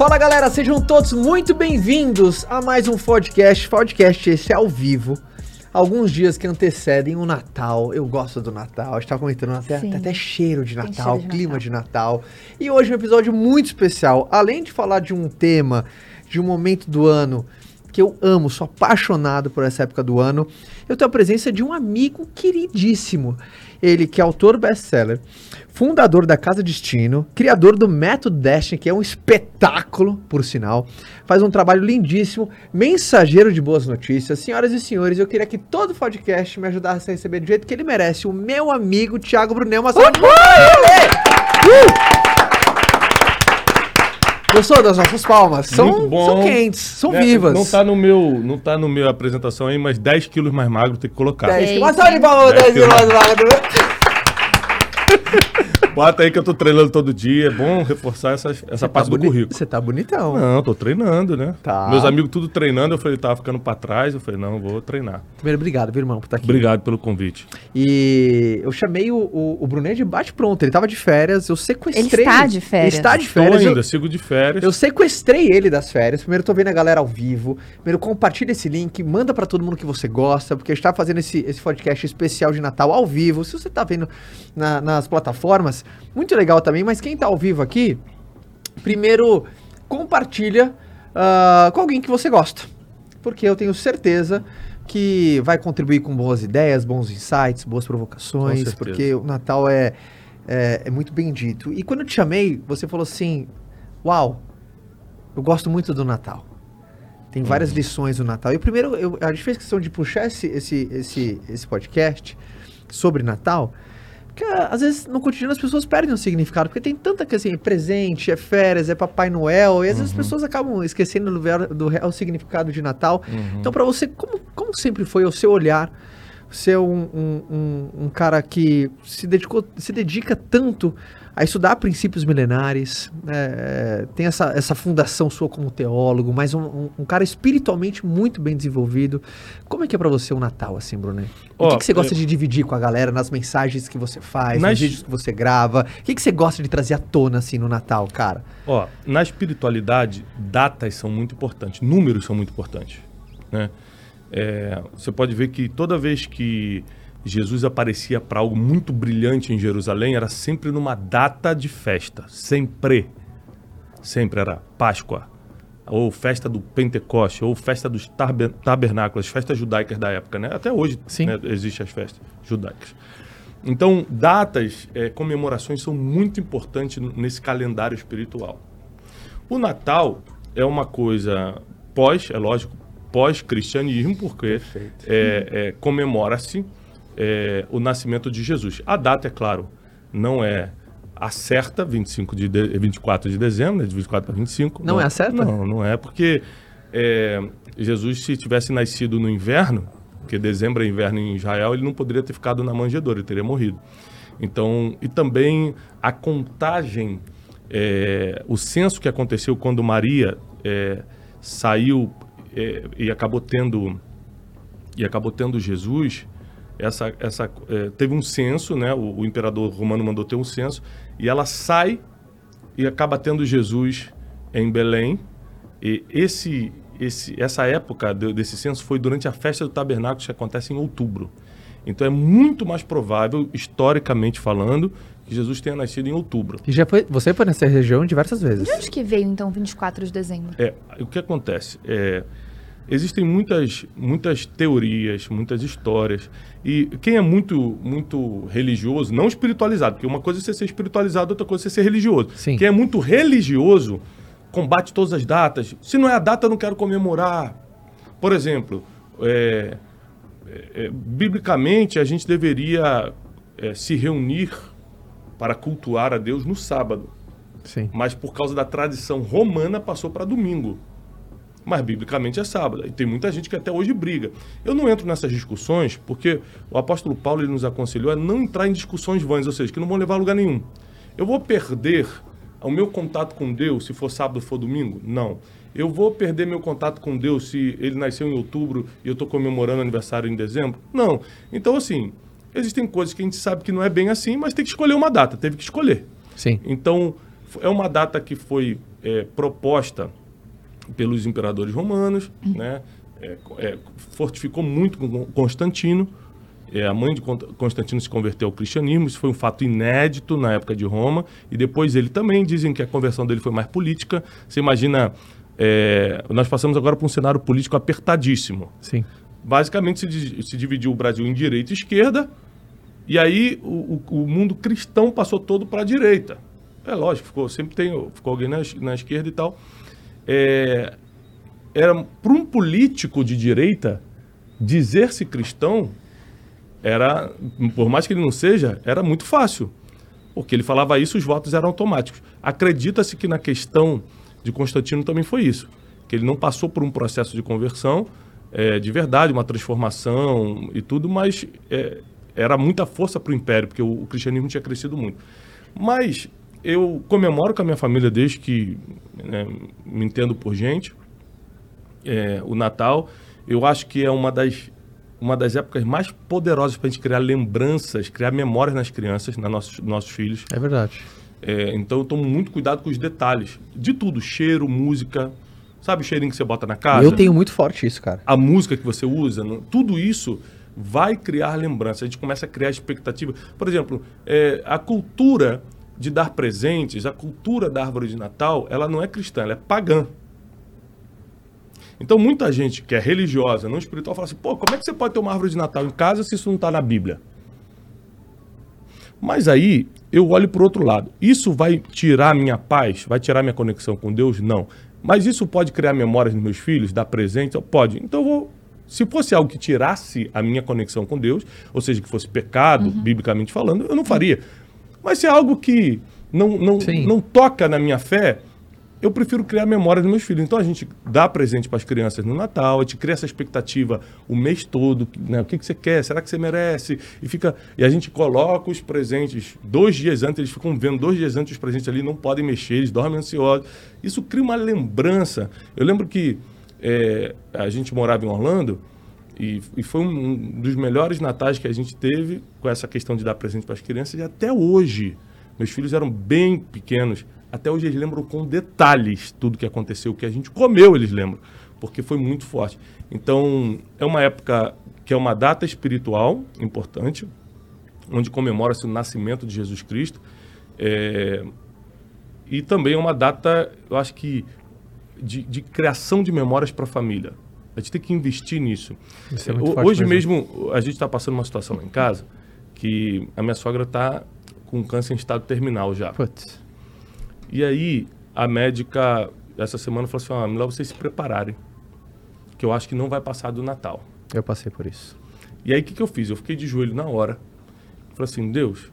Fala galera, sejam todos muito bem-vindos a mais um podcast. Podcast esse ao vivo. Alguns dias que antecedem o Natal. Eu gosto do Natal. A gente tá comentando até cheiro de Natal, clima de Natal. E hoje é um episódio muito especial. Além de falar de um tema, de um momento do ano que eu amo, sou apaixonado por essa época do ano, eu tenho a presença de um amigo queridíssimo. Ele que é autor best-seller, fundador da Casa Destino, criador do Método Destiny, que é um espetáculo, por sinal, faz um trabalho lindíssimo, mensageiro de boas notícias. Senhoras e senhores, eu queria que todo o podcast me ajudasse a receber do jeito que ele merece, o meu amigo Thiago Brunel. Uma salva de palmas pra ele! Gostou das nossas palmas? São quentes, são vivas. Não tá no meu apresentação aí, mas 10 quilos mais magro tem que colocar. 10 quilos. Uma salva de palmas, 10 quilos mais magro. Bota aí que eu tô treinando todo dia, é bom reforçar essa parte do currículo. Você tá bonitão. Não, tô treinando, né? Tá. Meus amigos tudo treinando, eu falei, tava ficando pra trás, eu falei, não, vou treinar. Primeiro, obrigado, viu, irmão, por estar aqui. Obrigado pelo convite. E eu chamei o Brunet de bate-pronto, ele tava de férias, eu sequestrei... Ele está de férias. Ele está de férias. Estou ainda, sigo de férias. Eu sequestrei ele das férias, primeiro tô vendo a galera ao vivo, primeiro compartilha esse link, manda pra todo mundo que você gosta, porque a gente tá fazendo esse podcast especial de Natal ao vivo, se você tá vendo nas plataformas, muito legal também, mas quem tá ao vivo aqui, primeiro compartilha com alguém que você gosta, porque eu tenho certeza que vai contribuir com boas ideias, bons insights, boas provocações, porque o Natal é muito bendito. E quando eu te chamei, você falou assim, uau, eu gosto muito do Natal. Tem várias lições do Natal. E primeiro, a gente fez questão de puxar esse podcast sobre Natal, porque às vezes no cotidiano as pessoas perdem o significado, porque tem tanta que assim, presente, é férias, é Papai Noel, e às vezes as pessoas acabam esquecendo do real significado de Natal. Então pra você, como sempre foi o seu olhar, ser um cara que se dedica tanto a estudar princípios milenares, tem essa fundação sua como teólogo, mas um cara espiritualmente muito bem desenvolvido. Como é que é pra você o Natal, assim, Brunet? O que você gosta de dividir com a galera nas mensagens que você faz, nos vídeos que você grava? O que você gosta de trazer à tona, assim, no Natal, cara? Na espiritualidade, datas são muito importantes, números são muito importantes, né? Você pode ver que toda vez que Jesus aparecia para algo muito brilhante em Jerusalém, era sempre numa data de festa, sempre era Páscoa, ou festa do Pentecoste, ou festa dos tabernáculos, festas judaicas da época, né? Até hoje, né, existem as festas judaicas. Então, datas, comemorações são muito importantes nesse calendário espiritual. O Natal é uma coisa pós-cristianismo, porque comemora-se o nascimento de Jesus. A data, é claro, não é a certa, 24 de dezembro, né, de 24 para 25. Não é a certa? Não é, porque Jesus, se tivesse nascido no inverno, porque dezembro é inverno em Israel, ele não poderia ter ficado na manjedoura, ele teria morrido. Então, e também a contagem, o censo que aconteceu quando Maria saiu e acabou tendo Jesus, teve um censo, né? O imperador romano mandou ter um censo, e ela sai e acaba tendo Jesus em Belém. E essa época desse censo foi durante a festa do tabernáculo, que acontece em outubro. Então é muito mais provável, historicamente falando, que Jesus tenha nascido em outubro. E você foi nessa região diversas vezes. De onde que veio, então, 24 de dezembro? O que acontece? Existem muitas teorias, muitas histórias. E quem é muito religioso, não espiritualizado, porque uma coisa é você ser espiritualizado, outra coisa é você ser religioso. Sim. Quem é muito religioso combate todas as datas. Se não é a data, eu não quero comemorar. Por exemplo, biblicamente, a gente deveria se reunir para cultuar a Deus no sábado. Sim. Mas por causa da tradição romana, passou para domingo. Mas biblicamente é sábado. E tem muita gente que até hoje briga. Eu não entro nessas discussões porque o apóstolo Paulo ele nos aconselhou a não entrar em discussões vãs, ou seja, que não vão levar a lugar nenhum. Eu vou perder o meu contato com Deus se for sábado ou for domingo? Não. Eu vou perder meu contato com Deus se ele nasceu em outubro e eu estou comemorando aniversário em dezembro? Não. Então, assim, existem coisas que a gente sabe que não é bem assim, mas tem que escolher uma data. Teve que escolher. Sim. Então, É uma data que foi proposta pelos imperadores romanos, né? Fortificou muito com Constantino. A mãe de Constantino se converteu ao cristianismo. Isso foi um fato inédito na época de Roma. E depois ele também, dizem que a conversão dele foi mais política. Você imagina, nós passamos agora por um cenário político apertadíssimo. Sim. Basicamente se dividiu o Brasil em direita e esquerda. E aí o mundo cristão passou todo para a direita. É lógico, ficou alguém na esquerda e tal. Era para um político de direita dizer-se cristão, por mais que ele não seja, era muito fácil. Porque ele falava isso, os votos eram automáticos. Acredita-se que na questão de Constantino também foi isso. Que ele não passou por um processo de conversão de verdade, uma transformação e tudo, mas era muita força para o império, porque o cristianismo tinha crescido muito. Mas eu comemoro com a minha família desde que me entendo por gente, o Natal. Eu acho que é uma das épocas mais poderosas para a gente criar lembranças, criar memórias nas crianças, nos nossos filhos. É verdade. Então eu tomo muito cuidado com os detalhes. De tudo, cheiro, música. Sabe o cheirinho que você bota na casa? Eu tenho muito forte isso, cara. A música que você usa, tudo isso vai criar lembranças. A gente começa a criar expectativa. Por exemplo, a cultura de dar presentes, a cultura da árvore de Natal, ela não é cristã, ela é pagã. Então, muita gente que é religiosa, não espiritual, fala assim, pô, como é que você pode ter uma árvore de Natal em casa se isso não está na Bíblia? Mas aí, eu olho para o outro lado. Isso vai tirar a minha paz? Vai tirar a minha conexão com Deus? Não. Mas isso pode criar memórias nos meus filhos? Dar presente? Pode. Então, se fosse algo que tirasse a minha conexão com Deus, ou seja, que fosse pecado, biblicamente falando, eu não faria. Mas se é algo que não toca na minha fé, eu prefiro criar memória dos meus filhos. Então a gente dá presente para as crianças no Natal, a gente cria essa expectativa o mês todo, né? O que você quer? Será que você merece? E a gente coloca os presentes 2 dias antes, eles ficam vendo 2 dias antes os presentes ali, não podem mexer, eles dormem ansiosos. Isso cria uma lembrança. Eu lembro que a gente morava em Orlando e foi um dos melhores natais que a gente teve com essa questão de dar presente para as crianças, e até hoje, meus filhos eram bem pequenos, até hoje eles lembram com detalhes tudo que aconteceu, o que a gente comeu, eles lembram, porque foi muito forte. Então, é uma época que é uma data espiritual importante, onde comemora-se o nascimento de Jesus Cristo, e também é uma data, eu acho que, de criação de memórias para a família. A gente tem que investir nisso. Isso é muito forte hoje mesmo, a gente está passando uma situação lá em casa, que a minha sogra está com câncer em estado terminal já. Putz. E aí, a médica, essa semana, falou assim, melhor vocês se prepararem, que eu acho que não vai passar do Natal. Eu passei por isso. E aí, o que eu fiz? Eu fiquei de joelho na hora. Falei assim, Deus,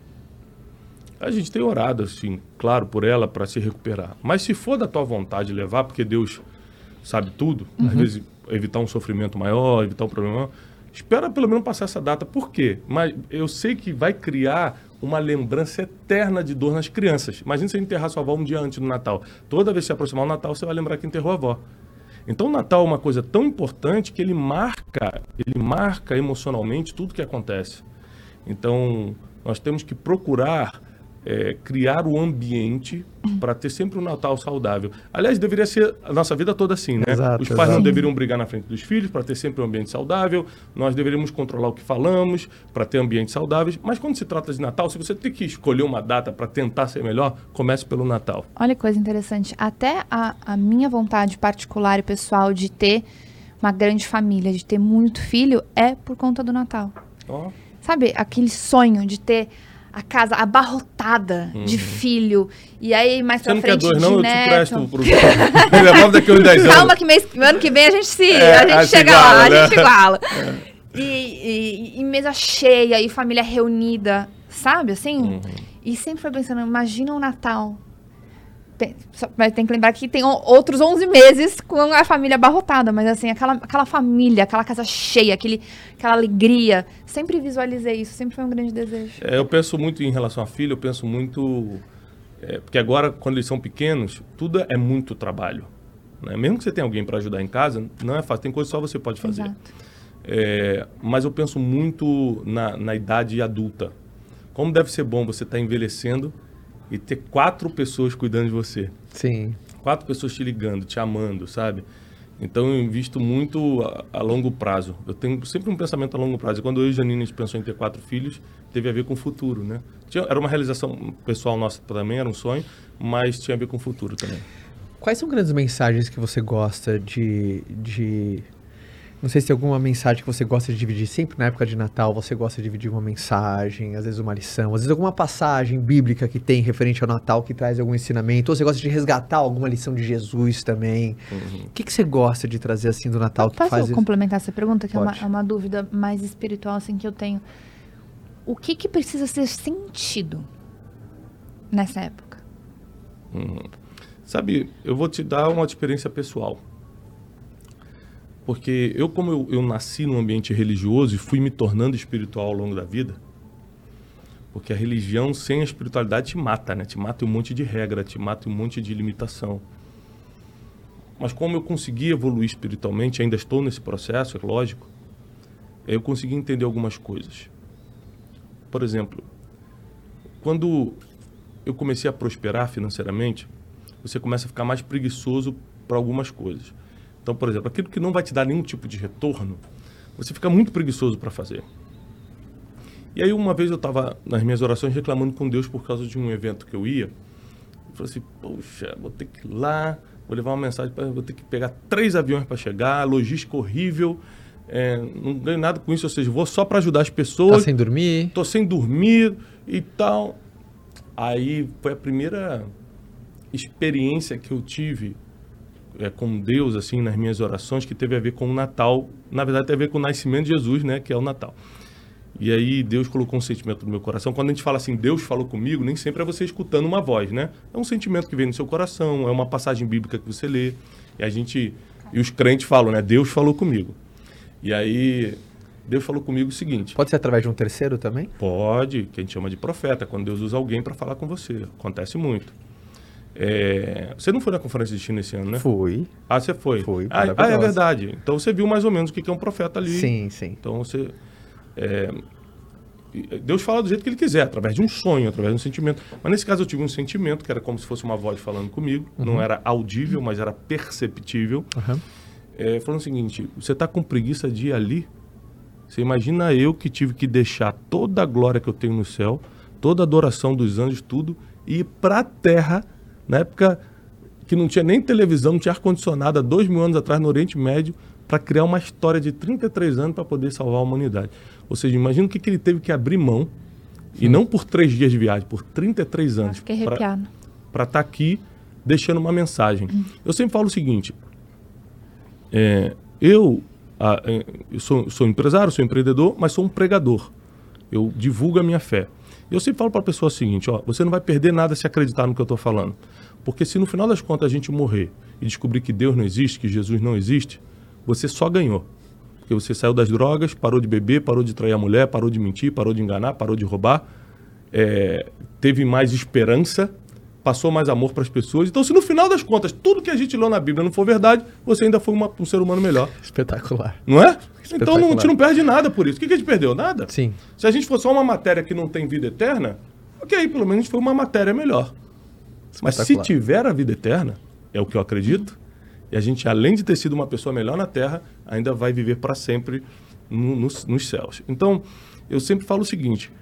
a gente tem orado, assim, claro, por ela, para se recuperar. Mas se for da tua vontade levar, porque Deus sabe tudo, às vezes evitar um sofrimento maior, evitar um problema maior, espera pelo menos passar essa data. Por quê? Mas eu sei que vai criar uma lembrança eterna de dor nas crianças. Imagina você enterrar sua avó um dia antes do Natal. Toda vez que se aproximar o Natal, você vai lembrar que enterrou a avó. Então o Natal é uma coisa tão importante que ele marca emocionalmente tudo que acontece. Então nós temos que procurar criar o ambiente para ter sempre um Natal saudável. Aliás, deveria ser a nossa vida toda assim, né? Exato, os pais não deveriam brigar na frente dos filhos para ter sempre um ambiente saudável. Nós deveríamos controlar o que falamos para ter ambientes saudáveis. Mas quando se trata de Natal, se você tem que escolher uma data para tentar ser melhor, comece pelo Natal. Olha que coisa interessante. Até a minha vontade particular e pessoal de ter uma grande família, de ter muito filho, é por conta do Natal. Oh. Sabe, aquele sonho de ter a casa abarrotada de filho. E aí, mais pra frente, Você não quer 2, não? neto. Eu te presto pro... Levava daqui uns 10 anos. Calma que ano que vem a gente chega iguala, lá, né? a gente iguala. E mesa cheia, e família reunida, sabe, assim? E sempre foi pensando, imagina o Natal. Mas tem que lembrar que tem outros 11 meses com a família abarrotada, mas assim, aquela família, aquela casa cheia, aquela alegria, sempre visualizei isso, sempre foi um grande desejo. Eu penso muito em relação a filho, eu penso muito... porque agora, quando eles são pequenos, tudo é muito trabalho. Né? Mesmo que você tenha alguém para ajudar em casa, não é fácil, tem coisa que só você pode fazer. Exato. Mas eu penso muito na idade adulta. Como deve ser bom você estar envelhecendo e ter 4 pessoas cuidando de você. Sim. 4 pessoas te ligando, te amando, sabe? Então eu invisto muito a longo prazo. Eu tenho sempre um pensamento a longo prazo. E quando eu e Janine a gente pensou em ter 4 filhos, teve a ver com o futuro, né? Era uma realização pessoal nossa também, era um sonho, mas tinha a ver com o futuro também. Quais são grandes mensagens que você gosta de... Não sei se tem alguma mensagem que você gosta de dividir. Sempre na época de Natal você gosta de dividir uma mensagem, às vezes uma lição, às vezes alguma passagem bíblica que tem referente ao Natal que traz algum ensinamento. Ou você gosta de resgatar alguma lição de Jesus também. O que você gosta de trazer assim do Natal? Posso complementar essa pergunta? Que Pode. é uma dúvida mais espiritual assim, que eu tenho. O que precisa ser sentido nessa época? Sabe, eu vou te dar uma experiência pessoal. Porque como eu nasci num ambiente religioso e fui me tornando espiritual ao longo da vida, porque a religião sem a espiritualidade te mata, né? Te mata em um monte de regra, te mata em um monte de limitação. Mas como eu consegui evoluir espiritualmente, ainda estou nesse processo, é lógico, eu consegui entender algumas coisas. Por exemplo, quando eu comecei a prosperar financeiramente, você começa a ficar mais preguiçoso para algumas coisas. Então, por exemplo, aquilo que não vai te dar nenhum tipo de retorno, você fica muito preguiçoso para fazer. E aí uma vez eu estava nas minhas orações reclamando com Deus por causa de um evento que eu ia. Eu falei assim, poxa, vou ter que ir lá, vou levar uma mensagem, vou ter que pegar 3 aviões para chegar, logística horrível, não ganho nada com isso, ou seja, vou só para ajudar as pessoas. Tá sem dormir? Tô sem dormir e tal. Aí foi a primeira experiência que eu tive com Deus, assim, nas minhas orações, que teve a ver com o Natal. Na verdade, teve a ver com o nascimento de Jesus, né, que é o Natal. E aí Deus colocou um sentimento no meu coração. Quando a gente fala assim, Deus falou comigo, nem sempre é você escutando uma voz, né? É um sentimento que vem no seu coração, é uma passagem bíblica que você lê. E os crentes falam, né, Deus falou comigo. E aí Deus falou comigo o seguinte... Pode ser através de um terceiro também? Pode, que a gente chama de profeta, quando Deus usa alguém para falar com você. Acontece muito. Você não foi na Conferência de China esse ano, né? Fui. Ah, você foi? Fui. É verdade. Então você viu mais ou menos o que é um profeta ali. Sim, sim. Então você... Deus fala do jeito que Ele quiser, através de um sonho, através de um sentimento. Mas nesse caso eu tive um sentimento, que era como se fosse uma voz falando comigo. Não era audível, mas era perceptível. Falando o seguinte, você está com preguiça de ir ali? Você imagina eu que tive que deixar toda a glória que eu tenho no céu, toda a adoração dos anjos, tudo, e ir para a terra, na época que não tinha nem televisão, não tinha ar-condicionado, há 2000 anos atrás, no Oriente Médio, para criar uma história de 33 anos para poder salvar a humanidade. Ou seja, imagina o que ele teve que abrir mão, e não por 3 dias de viagem, por 33 anos. Fiquei arrepiado. Para estar aqui deixando uma mensagem. Eu sempre falo o seguinte, eu sou empresário, sou empreendedor, mas sou um pregador. Eu divulgo a minha fé. Eu sempre falo para a pessoa o seguinte, você não vai perder nada se acreditar no que eu estou falando. Porque se no final das contas a gente morrer e descobrir que Deus não existe, que Jesus não existe, você só ganhou. Porque você saiu das drogas, parou de beber, parou de trair a mulher, parou de mentir, parou de enganar, parou de roubar, teve mais esperança, passou mais amor para as pessoas. Então, se no final das contas tudo que a gente leu na Bíblia não for verdade, você ainda foi um ser humano melhor. Espetacular. Não é? Então a gente não perde nada por isso. O que a gente perdeu? Nada. Sim. Se a gente for só uma matéria que não tem vida eterna, ok, pelo menos foi uma matéria melhor. Mas se tiver a vida eterna, é o que eu acredito, e a gente, além de ter sido uma pessoa melhor na Terra, ainda vai viver para sempre nos céus. Então, eu sempre falo o seguinte,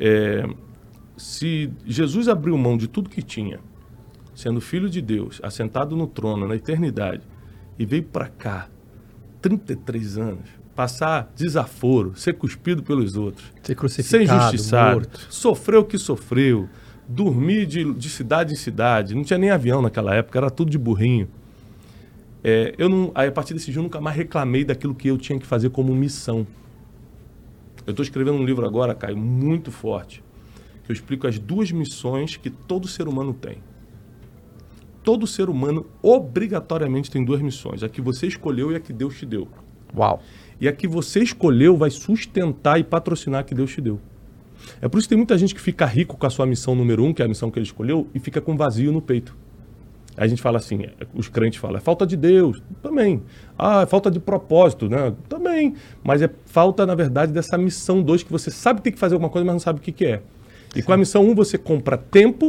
se Jesus abriu mão de tudo que tinha, sendo Filho de Deus, assentado no trono, na eternidade, e veio para cá, 33 anos, passar desaforo, ser cuspido pelos outros, ser crucificado, ser injustiçado, morto, sofreu o que sofreu, dormir de cidade em cidade, não tinha nem avião naquela época, era tudo de burrinho. Aí, a partir desse dia eu nunca mais reclamei daquilo que eu tinha que fazer como missão. Eu estou escrevendo um livro agora, Caio, muito forte, que eu explico as 2 missões que todo ser humano tem. Todo ser humano obrigatoriamente tem 2 missões, a que você escolheu e a que Deus te deu. Uau! E a que você escolheu vai sustentar e patrocinar a que Deus te deu. É por isso que tem muita gente que fica rico com a sua missão número 1, que é a missão que ele escolheu, e fica com vazio no peito. Aí a gente fala assim, os crentes falam, é falta de Deus, também. É falta de propósito, né? Também. Mas é falta, na verdade, dessa missão 2, que você sabe que tem que fazer alguma coisa, mas não sabe o que é. E com a missão 1 você compra tempo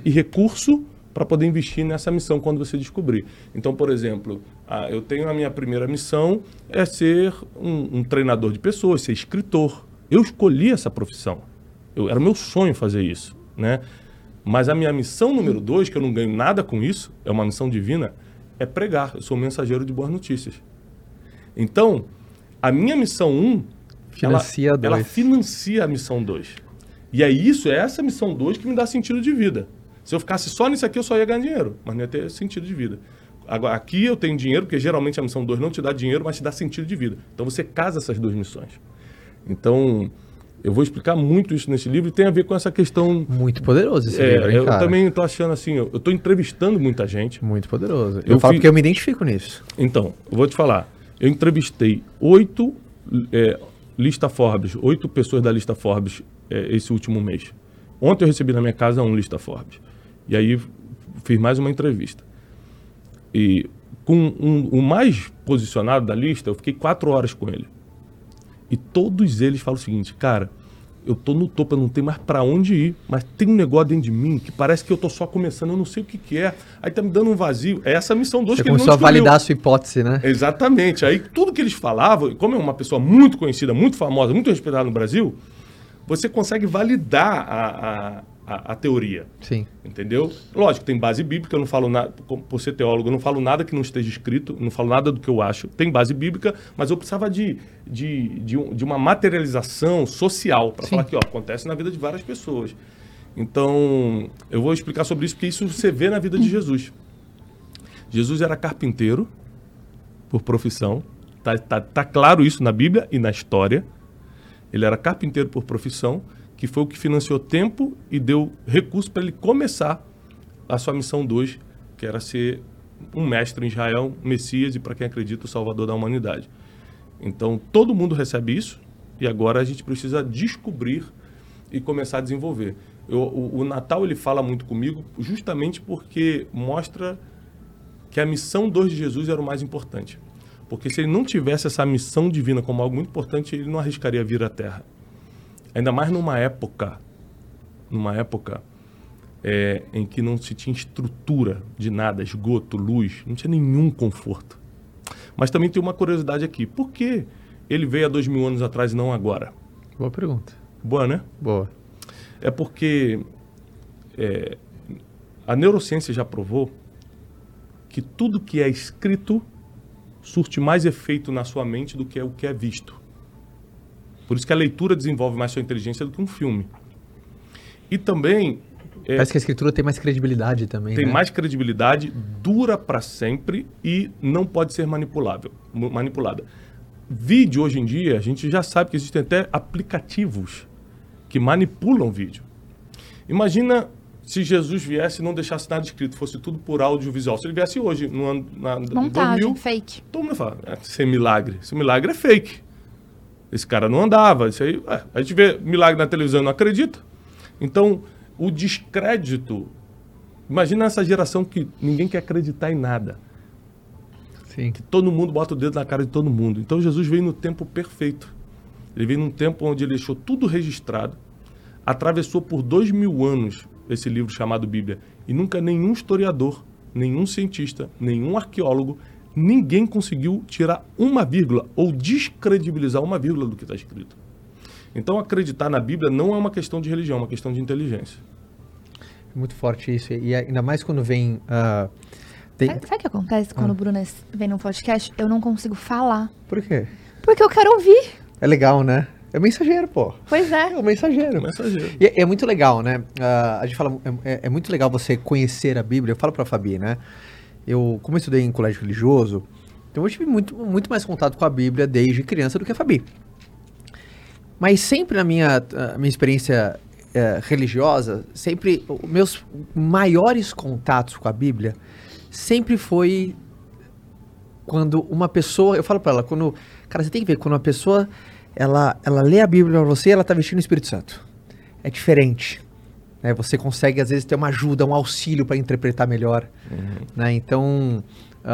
e recurso para poder investir nessa missão quando você descobrir. Então, por exemplo, eu tenho a minha primeira missão é ser um treinador de pessoas, ser escritor. Eu escolhi essa profissão. Era o meu sonho fazer isso, né? Mas a minha missão número 2, que eu não ganho nada com isso, é uma missão divina, é pregar. Eu sou mensageiro de boas notícias. Então, a minha missão 1, ela financia a missão 2. E é essa missão 2 que me dá sentido de vida. Se eu ficasse só nisso aqui, eu só ia ganhar dinheiro, mas não ia ter sentido de vida. Agora, aqui eu tenho dinheiro, porque geralmente a missão 2 não te dá dinheiro, mas te dá sentido de vida. Então você casa essas 2 missões. Então, eu vou explicar muito isso nesse livro e tem a ver com essa questão... Muito poderoso esse livro, hein, eu cara? também estou achando assim, eu estou entrevistando muita gente. Muito poderoso. Eu falo porque eu me identifico nisso. Então, eu vou te falar. Eu entrevistei 8 lista Forbes, 8 pessoas da lista Forbes esse último mês. Ontem eu recebi na minha casa um lista Forbes. E aí fiz mais uma entrevista. E com o mais posicionado da lista, eu fiquei 4 horas com ele. E todos eles falam o seguinte: cara, eu tô no topo, eu não tenho mais para onde ir, mas tem um negócio dentro de mim que parece que eu tô só começando, eu não sei o que é. Aí tá me dando um vazio. É essa a missão 2 que ele não começou a validar a sua hipótese, né? Exatamente. Aí tudo que eles falavam, como é uma pessoa muito conhecida, muito famosa, muito respeitada no Brasil, você consegue validar a teoria. Sim. Entendeu? Lógico, tem base bíblica, eu não falo nada, por ser teólogo, eu não falo nada que não esteja escrito, não falo nada do que eu acho. Tem base bíblica, mas eu precisava de uma materialização social para falar que acontece na vida de várias pessoas. Então, eu vou explicar sobre isso, porque isso você vê na vida de Jesus. Jesus era carpinteiro por profissão, tá claro isso na Bíblia e na história. Ele era carpinteiro por profissão, que foi o que financiou tempo e deu recurso para ele começar a sua missão 2, que era ser um mestre em Israel, um Messias e, para quem acredita, o Salvador da humanidade. Então, todo mundo recebe isso e agora a gente precisa descobrir e começar a desenvolver. O Natal ele fala muito comigo justamente porque mostra que a missão 2 de Jesus era o mais importante. Porque se ele não tivesse essa missão divina como algo muito importante, ele não arriscaria vir à Terra. Ainda mais numa época em que não se tinha estrutura de nada, esgoto, luz, não tinha nenhum conforto. Mas também tem uma curiosidade aqui. Por que ele veio há 2000 anos atrás e não agora? Boa pergunta. Boa, né? Boa. É porque a neurociência já provou que tudo que é escrito surte mais efeito na sua mente do que o que é visto. Por isso que a leitura desenvolve mais sua inteligência do que um filme. E também... Parece que a escritura tem mais credibilidade também, Tem né? mais credibilidade, dura para sempre e não pode ser manipulada. Vídeo, hoje em dia, a gente já sabe que existem até aplicativos que manipulam vídeo. Imagina se Jesus viesse e não deixasse nada escrito, fosse tudo por audiovisual. Se ele viesse hoje, no ano... Montagem, 2000, fake. todo mundo fala, isso é milagre. Esse milagre é fake. Esse cara não andava. Isso aí, a gente vê milagre na televisão e não acredita. Então, o descrédito... Imagina essa geração que ninguém quer acreditar em nada. Sim. Que todo mundo bota o dedo na cara de todo mundo. Então, Jesus veio no tempo perfeito. Ele veio num tempo onde ele deixou tudo registrado, atravessou por 2000 anos esse livro chamado Bíblia, e nunca nenhum historiador, nenhum cientista, nenhum arqueólogo, ninguém conseguiu tirar uma vírgula ou descredibilizar uma vírgula do que está escrito. Então, acreditar na Bíblia não é uma questão de religião, é uma questão de inteligência. É muito forte isso, e ainda mais quando vem... Sabe o que acontece quando o Bruno vem num podcast? Eu não consigo falar. Por quê? Porque eu quero ouvir. É legal, né? É mensageiro, pô. Pois é. É um mensageiro. E é muito legal, né? A gente fala, é muito legal você conhecer a Bíblia. Eu falo pra Fabi, né? Como eu estudei em colégio religioso, então eu tive muito mais contato com a Bíblia desde criança do que a Fabi. Mas sempre na minha experiência religiosa, sempre os meus maiores contatos com a Bíblia sempre foi quando uma pessoa... Eu falo pra ela, cara, você tem que ver, quando uma pessoa... Ela lê a Bíblia pra você e ela tá vestindo o Espírito Santo. É diferente. Né? Você consegue, às vezes, ter uma ajuda, um auxílio para interpretar melhor. Né? Então,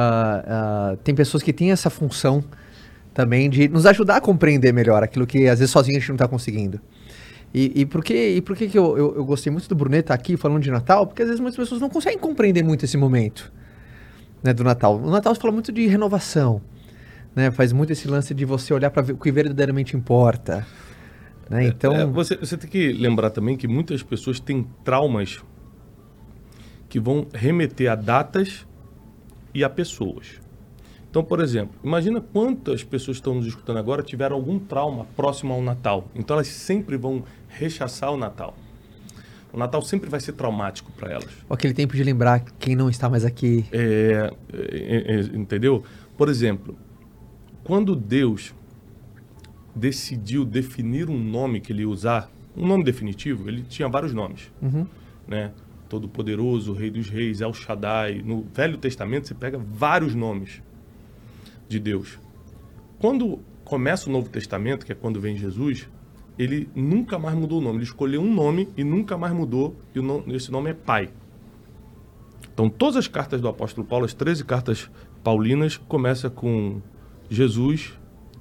tem pessoas que têm essa função também de nos ajudar a compreender melhor aquilo que, às vezes, sozinho a gente não tá conseguindo. E por que eu gostei muito do Brunet estar aqui falando de Natal? Porque às vezes muitas pessoas não conseguem compreender muito esse momento, né, do Natal. O Natal se fala muito de renovação, né? Faz muito esse lance de você olhar para ver o que verdadeiramente importa, né? Então você tem que lembrar também que muitas pessoas têm traumas que vão remeter a datas e a pessoas. Então, por exemplo, imagina quantas pessoas que estão nos escutando agora tiveram algum trauma próximo ao Natal. Então, elas sempre vão rechaçar o Natal. O Natal sempre vai ser traumático para elas. Aquele tempo de lembrar quem não está mais aqui. Entendeu? Por exemplo, quando Deus decidiu definir um nome que ele ia usar, um nome definitivo, ele tinha vários nomes, né? Todo-Poderoso, Rei dos Reis, El Shaddai. No Velho Testamento você pega vários nomes de Deus. Quando começa o Novo Testamento, que é quando vem Jesus, ele nunca mais mudou o nome. Ele escolheu um nome e nunca mais mudou, e esse nome é Pai. Então, todas as cartas do apóstolo Paulo, as 13 cartas paulinas, começam com Jesus,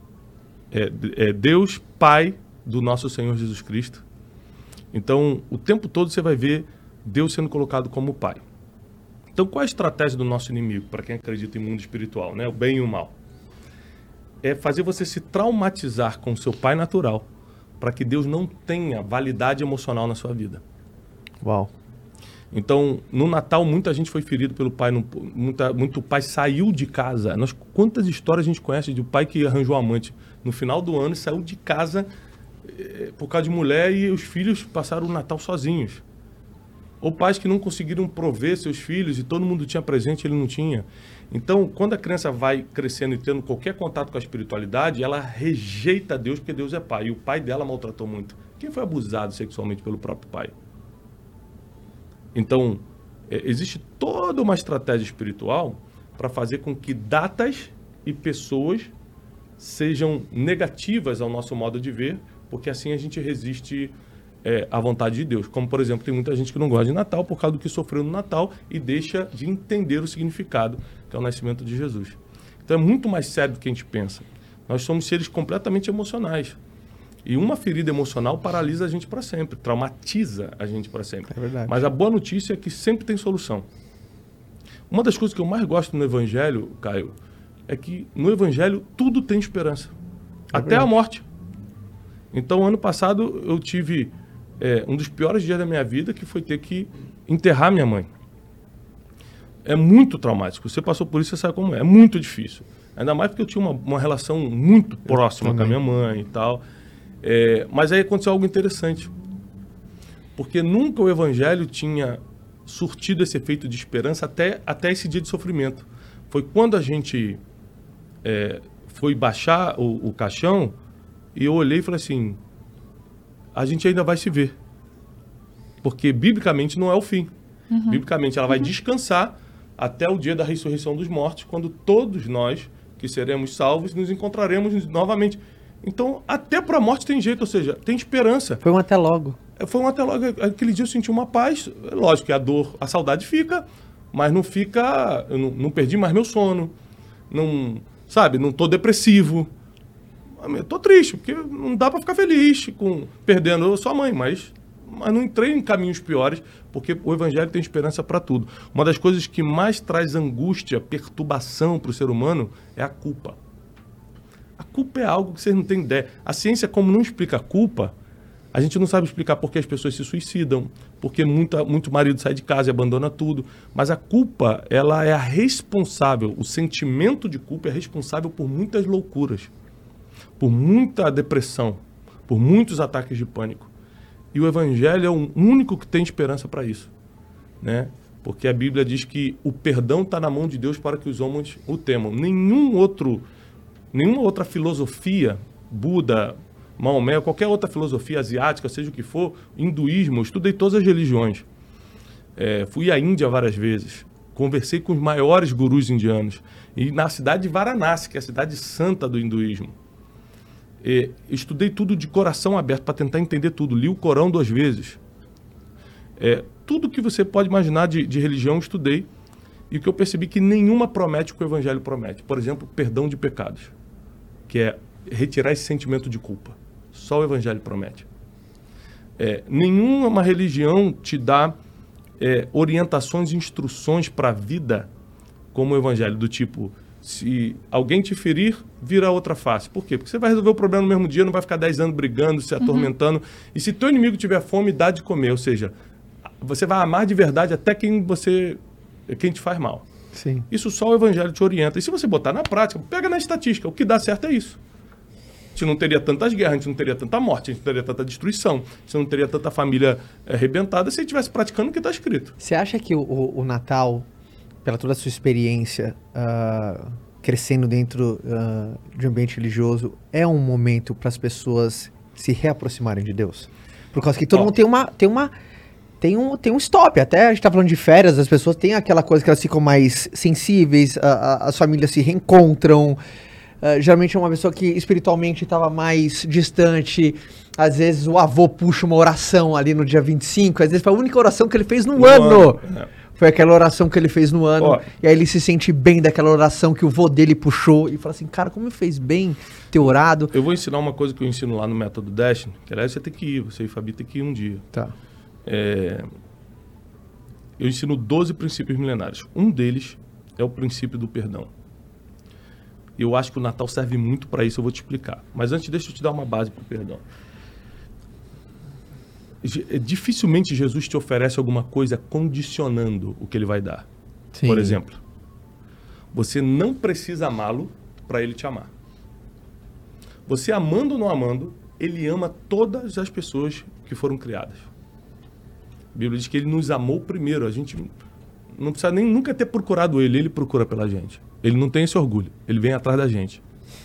Deus, Pai do nosso Senhor Jesus Cristo. Então, o tempo todo você vai ver Deus sendo colocado como Pai. Então, qual é a estratégia do nosso inimigo, para quem acredita em mundo espiritual, né? O bem e o mal? É fazer você se traumatizar com o seu pai natural, para que Deus não tenha validade emocional na sua vida. Uau. Então, no Natal, muita gente foi ferido pelo pai, muito pai saiu de casa. Quantas histórias a gente conhece de um pai que arranjou amante no final do ano e saiu de casa por causa de mulher, e os filhos passaram o Natal sozinhos. Ou pais que não conseguiram prover seus filhos e todo mundo tinha presente e ele não tinha. Então, quando a criança vai crescendo e tendo qualquer contato com a espiritualidade, ela rejeita Deus porque Deus é pai. E o pai dela maltratou muito. Quem foi abusado sexualmente pelo próprio pai? Então, existe toda uma estratégia espiritual para fazer com que datas e pessoas sejam negativas ao nosso modo de ver, porque assim a gente resiste à vontade de Deus. Como, por exemplo, tem muita gente que não gosta de Natal por causa do que sofreu no Natal e deixa de entender o significado, que é o nascimento de Jesus. Então é muito mais sério do que a gente pensa. Nós somos seres completamente emocionais. E uma ferida emocional paralisa a gente para sempre, traumatiza a gente para sempre. É verdade. Mas a boa notícia é que sempre tem solução. Uma das coisas que eu mais gosto no Evangelho, Caio, é que no Evangelho tudo tem esperança. Até a morte. Então, ano passado, eu tive um dos piores dias da minha vida, que foi ter que enterrar minha mãe. É muito traumático. Você passou por isso, você sabe como é. É muito difícil. Ainda mais porque eu tinha uma relação muito próxima com a minha mãe e tal. Mas aí aconteceu algo interessante. Porque nunca o Evangelho tinha surtido esse efeito de esperança até esse dia de sofrimento. Foi quando a gente foi baixar o caixão e eu olhei e falei assim, a gente ainda vai se ver. Porque biblicamente não é o fim. Biblicamente ela vai descansar até o dia da ressurreição dos mortos, quando todos nós que seremos salvos nos encontraremos novamente. Então, até para a morte tem jeito, ou seja, tem esperança. Foi um até logo. Foi um até logo. Aquele dia eu senti uma paz. Lógico que a dor, a saudade fica, mas não fica... Eu não perdi mais meu sono. Não, sabe, não estou depressivo. Estou triste, porque não dá para ficar feliz perdendo sua mãe, mas não entrei em caminhos piores, porque o Evangelho tem esperança para tudo. Uma das coisas que mais traz angústia, perturbação para o ser humano é a culpa. A culpa é algo que vocês não têm ideia. A ciência, como não explica a culpa, a gente não sabe explicar por que as pessoas se suicidam, porque muito marido sai de casa e abandona tudo. Mas a culpa, ela é a responsável, o sentimento de culpa é responsável por muitas loucuras, por muita depressão, por muitos ataques de pânico. E o Evangelho é o único que tem esperança para isso, né? Porque a Bíblia diz que o perdão está na mão de Deus para que os homens o temam. Nenhuma outra filosofia, Buda, Maomé, qualquer outra filosofia asiática, seja o que for, hinduísmo, eu estudei todas as religiões. Fui à Índia várias vezes, conversei com os maiores gurus indianos. E na cidade de Varanasi, que é a cidade santa do hinduísmo. Estudei tudo de coração aberto para tentar entender tudo. Li o Corão 2 vezes. Tudo que você pode imaginar de religião eu estudei. E o que eu percebi que nenhuma promete o que o Evangelho promete. Por exemplo, perdão de pecados, que é retirar esse sentimento de culpa. Só o Evangelho promete. Nenhuma religião te dá orientações e instruções para a vida como o evangelho, do tipo, se alguém te ferir, vira outra face. Por quê? Porque você vai resolver o problema no mesmo dia, não vai ficar 10 anos brigando, se atormentando. E se teu inimigo tiver fome, dá de comer. Ou seja, você vai amar de verdade até quem te faz mal. Sim. Isso só o evangelho te orienta. E se você botar na prática, pega na estatística, o que dá certo é isso. A gente não teria tantas guerras, a gente não teria tanta morte, a gente não teria tanta destruição, a gente não teria tanta família arrebentada se a gente estivesse praticando o que está escrito. Você acha que o Natal, pela toda a sua experiência crescendo dentro de um ambiente religioso, é um momento para as pessoas se reaproximarem de Deus? Por causa que todo mundo tem um stop. Até a gente tá falando de férias, as pessoas têm aquela coisa que elas ficam mais sensíveis, as famílias se reencontram. Geralmente é uma pessoa que espiritualmente estava mais distante. Às vezes o avô puxa uma oração ali no dia 25. Às vezes foi a única oração que ele fez no ano. Foi aquela oração que ele fez no ano. E aí ele se sente bem daquela oração que o vô dele puxou. E fala assim, cara, como me fez bem ter orado. Eu vou ensinar uma coisa que eu ensino lá no Método Destiny. Que aliás você tem que ir, você e Fabi tem que ir um dia. Tá. Eu ensino 12 princípios milenários. Um deles é o princípio do perdão. Eu acho que o Natal serve muito para isso, eu vou te explicar. Mas antes, deixa eu te dar uma base para o perdão. Dificilmente Jesus te oferece alguma coisa condicionando o que ele vai dar. Sim. Por exemplo, você não precisa amá-lo para ele te amar. Você amando ou não amando, ele ama todas as pessoas que foram criadas. A Bíblia diz que ele nos amou primeiro. A gente não precisa nem nunca ter procurado ele procura pela gente. Ele não tem esse orgulho, ele vem atrás da gente.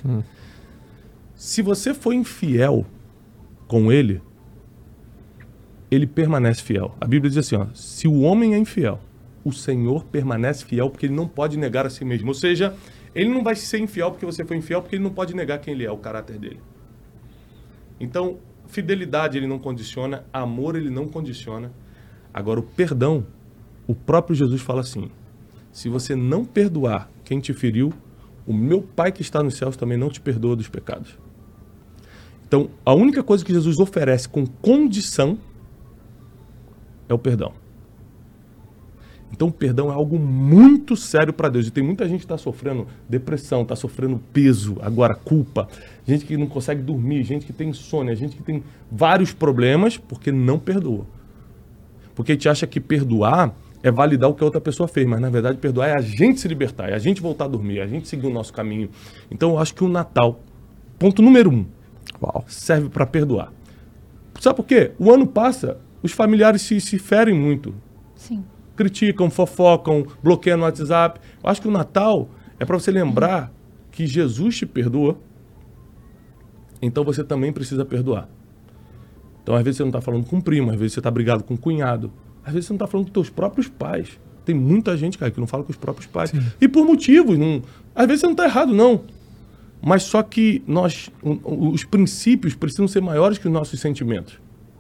Se você for infiel com ele permanece fiel. A Bíblia diz assim, se o homem é infiel, o Senhor permanece fiel porque ele não pode negar a si mesmo. Ou seja, ele não vai ser infiel porque você foi infiel, porque ele não pode negar quem ele é, o caráter dele. Então, fidelidade ele não condiciona, amor ele não condiciona. Agora, o perdão, o próprio Jesus fala assim, se você não perdoar quem te feriu, o meu Pai que está nos céus também não te perdoa dos pecados. Então, a única coisa que Jesus oferece com condição é o perdão. Então, o perdão é algo muito sério para Deus. E tem muita gente que está sofrendo depressão, está sofrendo peso, agora culpa, gente que não consegue dormir, gente que tem insônia, gente que tem vários problemas porque não perdoa. Porque a gente acha que perdoar é validar o que a outra pessoa fez, mas na verdade perdoar é a gente se libertar, é a gente voltar a dormir, é a gente seguir o nosso caminho. Então eu acho que o Natal, ponto número 1, serve para perdoar. Sabe por quê? O ano passa, os familiares se ferem muito. Sim. Criticam, fofocam, bloqueiam no WhatsApp. Eu acho que o Natal é para você lembrar que Jesus te perdoa, então você também precisa perdoar. Então às vezes você não está falando com o primo, às vezes você está brigado com o cunhado. Às vezes você não está falando com os teus próprios pais. Tem muita gente, cara, que não fala com os próprios pais. Sim. E por motivos. Às vezes você não está errado, não. Mas só que os princípios precisam ser maiores que os nossos sentimentos.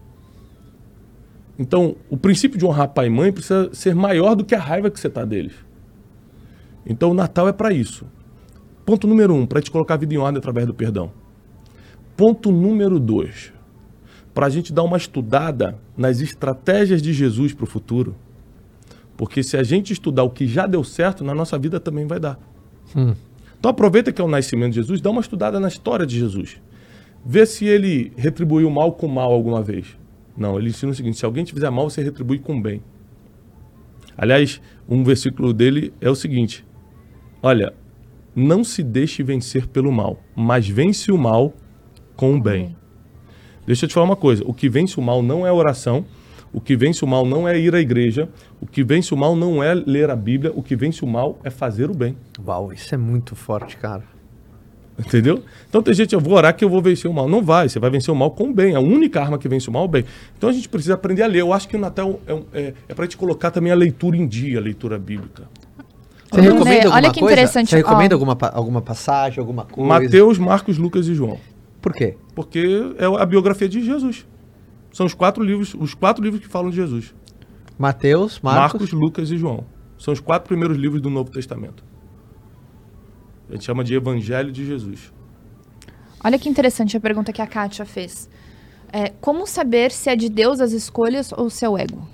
Então, o princípio de honrar pai e mãe precisa ser maior do que a raiva que você está deles. Então, o Natal é para isso. Ponto número 1, para te colocar a vida em ordem através do perdão. Ponto número 2. Para a gente dar uma estudada nas estratégias de Jesus para o futuro. Porque se a gente estudar o que já deu certo, na nossa vida também vai dar. Então aproveita que é o nascimento de Jesus, dá uma estudada na história de Jesus. Vê se ele retribuiu mal com mal alguma vez. Não, ele ensina o seguinte, se alguém te fizer mal, você retribui com bem. Aliás, um versículo dele é o seguinte, olha, não se deixe vencer pelo mal, mas vence o mal com o bem. Deixa eu te falar uma coisa, o que vence o mal não é oração, o que vence o mal não é ir à igreja, o que vence o mal não é ler a Bíblia, o que vence o mal é fazer o bem. Uau, isso é muito forte, cara. Entendeu? Então tem gente, eu vou orar que eu vou vencer o mal. Não vai, você vai vencer o mal com o bem. A única arma que vence o mal é o bem. Então a gente precisa aprender a ler. Eu acho que o Natal é para te colocar também a leitura em dia, a leitura bíblica. Você recomenda alguma Olha que coisa? interessante. Você recomenda alguma passagem, alguma coisa? Mateus, Marcos, Lucas e João. Por quê? Porque é a biografia de Jesus. São os 4 livros que falam de Jesus. Mateus, Marcos, Lucas e João. São os 4 primeiros livros do Novo Testamento. A gente chama de Evangelho de Jesus. Olha que interessante a pergunta que a Kátia fez. Como saber se é de Deus as escolhas ou se é o ego?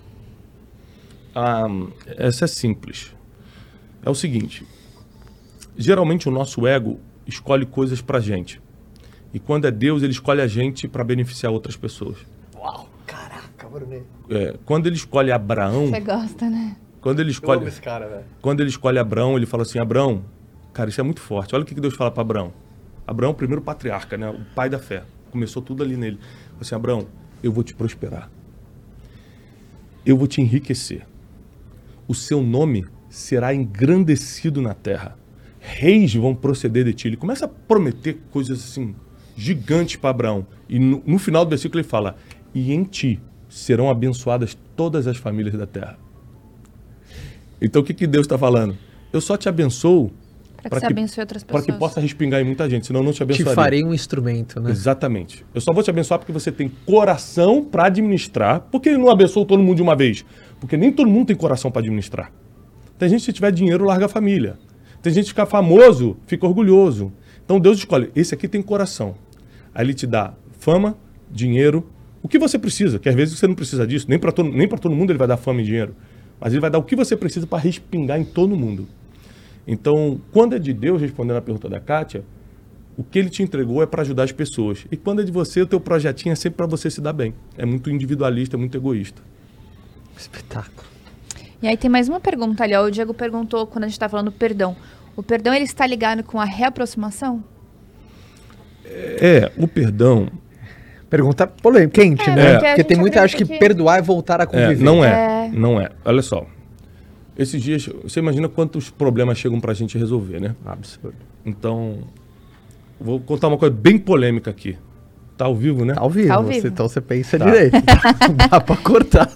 Essa é simples. É o seguinte, geralmente o nosso ego escolhe coisas pra gente. E quando é Deus, ele escolhe a gente para beneficiar outras pessoas. Uau, caraca, Bruno. Quando ele escolhe Abraão... Você gosta, né? Quando ele escolhe, Eu amo esse cara, velho. Quando ele escolhe Abraão, ele fala assim, Abraão, cara, isso é muito forte. Olha o que Deus fala para Abraão. Abraão é o primeiro patriarca, né? O pai da fé. Começou tudo ali nele. Fala assim, Abraão, eu vou te prosperar. Eu vou te enriquecer. O seu nome será engrandecido na terra. Reis vão proceder de ti. Ele começa a prometer coisas assim, gigantes para Abraão. E no final do versículo ele fala, e em ti serão abençoadas todas as famílias da terra. Então o que Deus está falando? Eu só te abençoo para que você abençoe outras pessoas. Para que possa respingar em muita gente, senão eu não te abençoaria. Te farei um instrumento, né? Exatamente. Eu só vou te abençoar porque você tem coração para administrar. Por que ele não abençoou todo mundo de uma vez? Porque nem todo mundo tem coração para administrar. Tem gente que se tiver dinheiro, larga a família. Tem gente que fica famoso, fica orgulhoso. Então Deus escolhe, esse aqui tem coração. Aí ele te dá fama, dinheiro, o que você precisa, que às vezes você não precisa disso, nem para todo mundo ele vai dar fama e dinheiro. Mas ele vai dar o que você precisa para respingar em todo mundo. Então, quando é de Deus, respondendo a pergunta da Kátia, o que ele te entregou é para ajudar as pessoas. E quando é de você, o teu projetinho é sempre para você se dar bem. É muito individualista, é muito egoísta. Espetáculo. E aí tem mais uma pergunta ali, ó. O Diego perguntou quando a gente está falando do perdão. O perdão, ele está ligado com a reaproximação? O perdão... Pergunta polêmica, quente, né? Porque tem muita acha que perdoar é voltar a conviver. Não é. Olha só. Esses dias, você imagina quantos problemas chegam pra gente resolver, né? Absurdo. Então, vou contar uma coisa bem polêmica aqui. Tá ao vivo, né? Tá ao vivo. Tá ao vivo. Então você pensa direito. Dá pra cortar.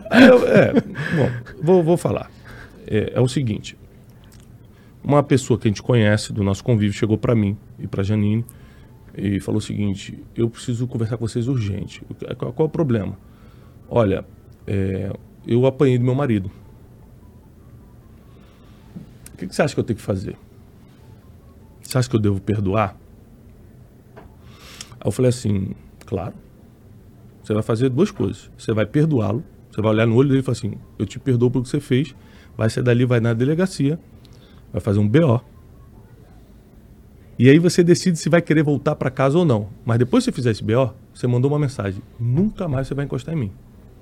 Bom, vou falar. É o seguinte. Uma pessoa que a gente conhece do nosso convívio chegou pra mim e pra Janine e falou o seguinte, eu preciso conversar com vocês urgente. Qual é o problema? Olha, eu apanhei do meu marido. O que você acha que eu tenho que fazer? Você acha que eu devo perdoar? Aí eu falei assim, claro. Você vai fazer duas coisas. Você vai perdoá-lo, você vai olhar no olho dele e falar assim, eu te perdoo pelo que você fez, vai sair dali, vai na delegacia, vai fazer um BO. E aí você decide se vai querer voltar para casa ou não. Mas depois que você fizer esse BO, você mandou uma mensagem. Nunca mais você vai encostar em mim.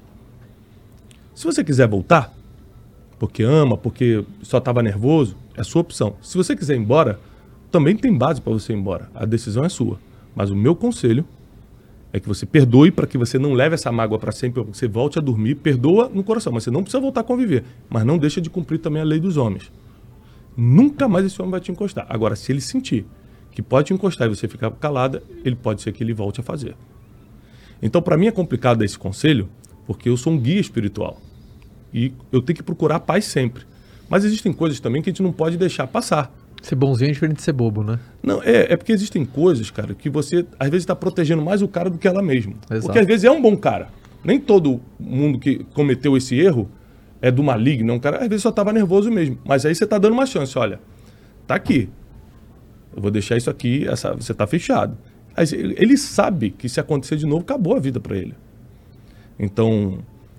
Se você quiser voltar, porque ama, porque só estava nervoso, é sua opção. Se você quiser ir embora, também tem base para você ir embora. A decisão é sua. Mas o meu conselho é que você perdoe para que você não leve essa mágoa para sempre, para que você volte a dormir, perdoa no coração. Mas você não precisa voltar a conviver. Mas não deixa de cumprir também a lei dos homens. Nunca mais esse homem vai te encostar. Agora, se ele sentir que pode te encostar e você ficar calada, ele pode ser que ele volte a fazer. Então, para mim é complicado dar esse conselho, porque eu sou um guia espiritual. E eu tenho que procurar paz sempre. Mas existem coisas também que a gente não pode deixar passar. Ser bonzinho é diferente de ser bobo, né? Não, é porque existem coisas, cara, que você às vezes está protegendo mais o cara do que ela mesma. Exato. Porque às vezes é um bom cara. Nem todo mundo que cometeu esse erro é do maligno. Um cara às vezes só estava nervoso mesmo. Mas aí você está dando uma chance, olha, tá aqui. Eu vou deixar isso aqui, você está fechado. Aí ele sabe que se acontecer de novo, acabou a vida para ele. Então,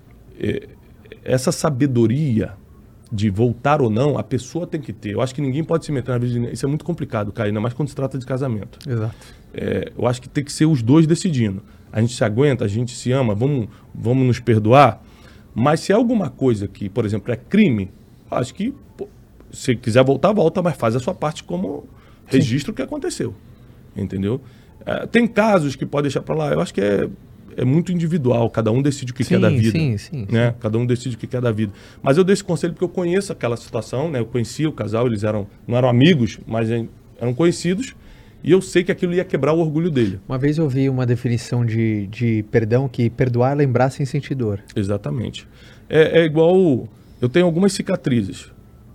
essa sabedoria de voltar ou não, a pessoa tem que ter. Eu acho que ninguém pode se meter na vida de ninguém. Isso é muito complicado, cara, ainda mais quando se trata de casamento. Exato. Eu acho que tem que ser os dois decidindo. A gente se aguenta, a gente se ama, vamos nos perdoar. Mas se é alguma coisa que, por exemplo, é crime, acho que, se quiser voltar, volta, mas faz a sua parte como registro o que aconteceu. Entendeu? Tem casos que pode deixar para lá. Eu acho que é muito individual. Cada um decide o que quer da vida. Sim. Cada um decide o que quer da vida. Mas eu dei esse conselho porque eu conheço aquela situação, né? Eu conhecia o casal, eles não eram amigos, mas eram conhecidos. E eu sei que aquilo ia quebrar o orgulho dele. Uma vez eu vi uma definição de perdão, que perdoar é lembrar sem sentir dor. Exatamente. É igual... Eu tenho algumas cicatrizes.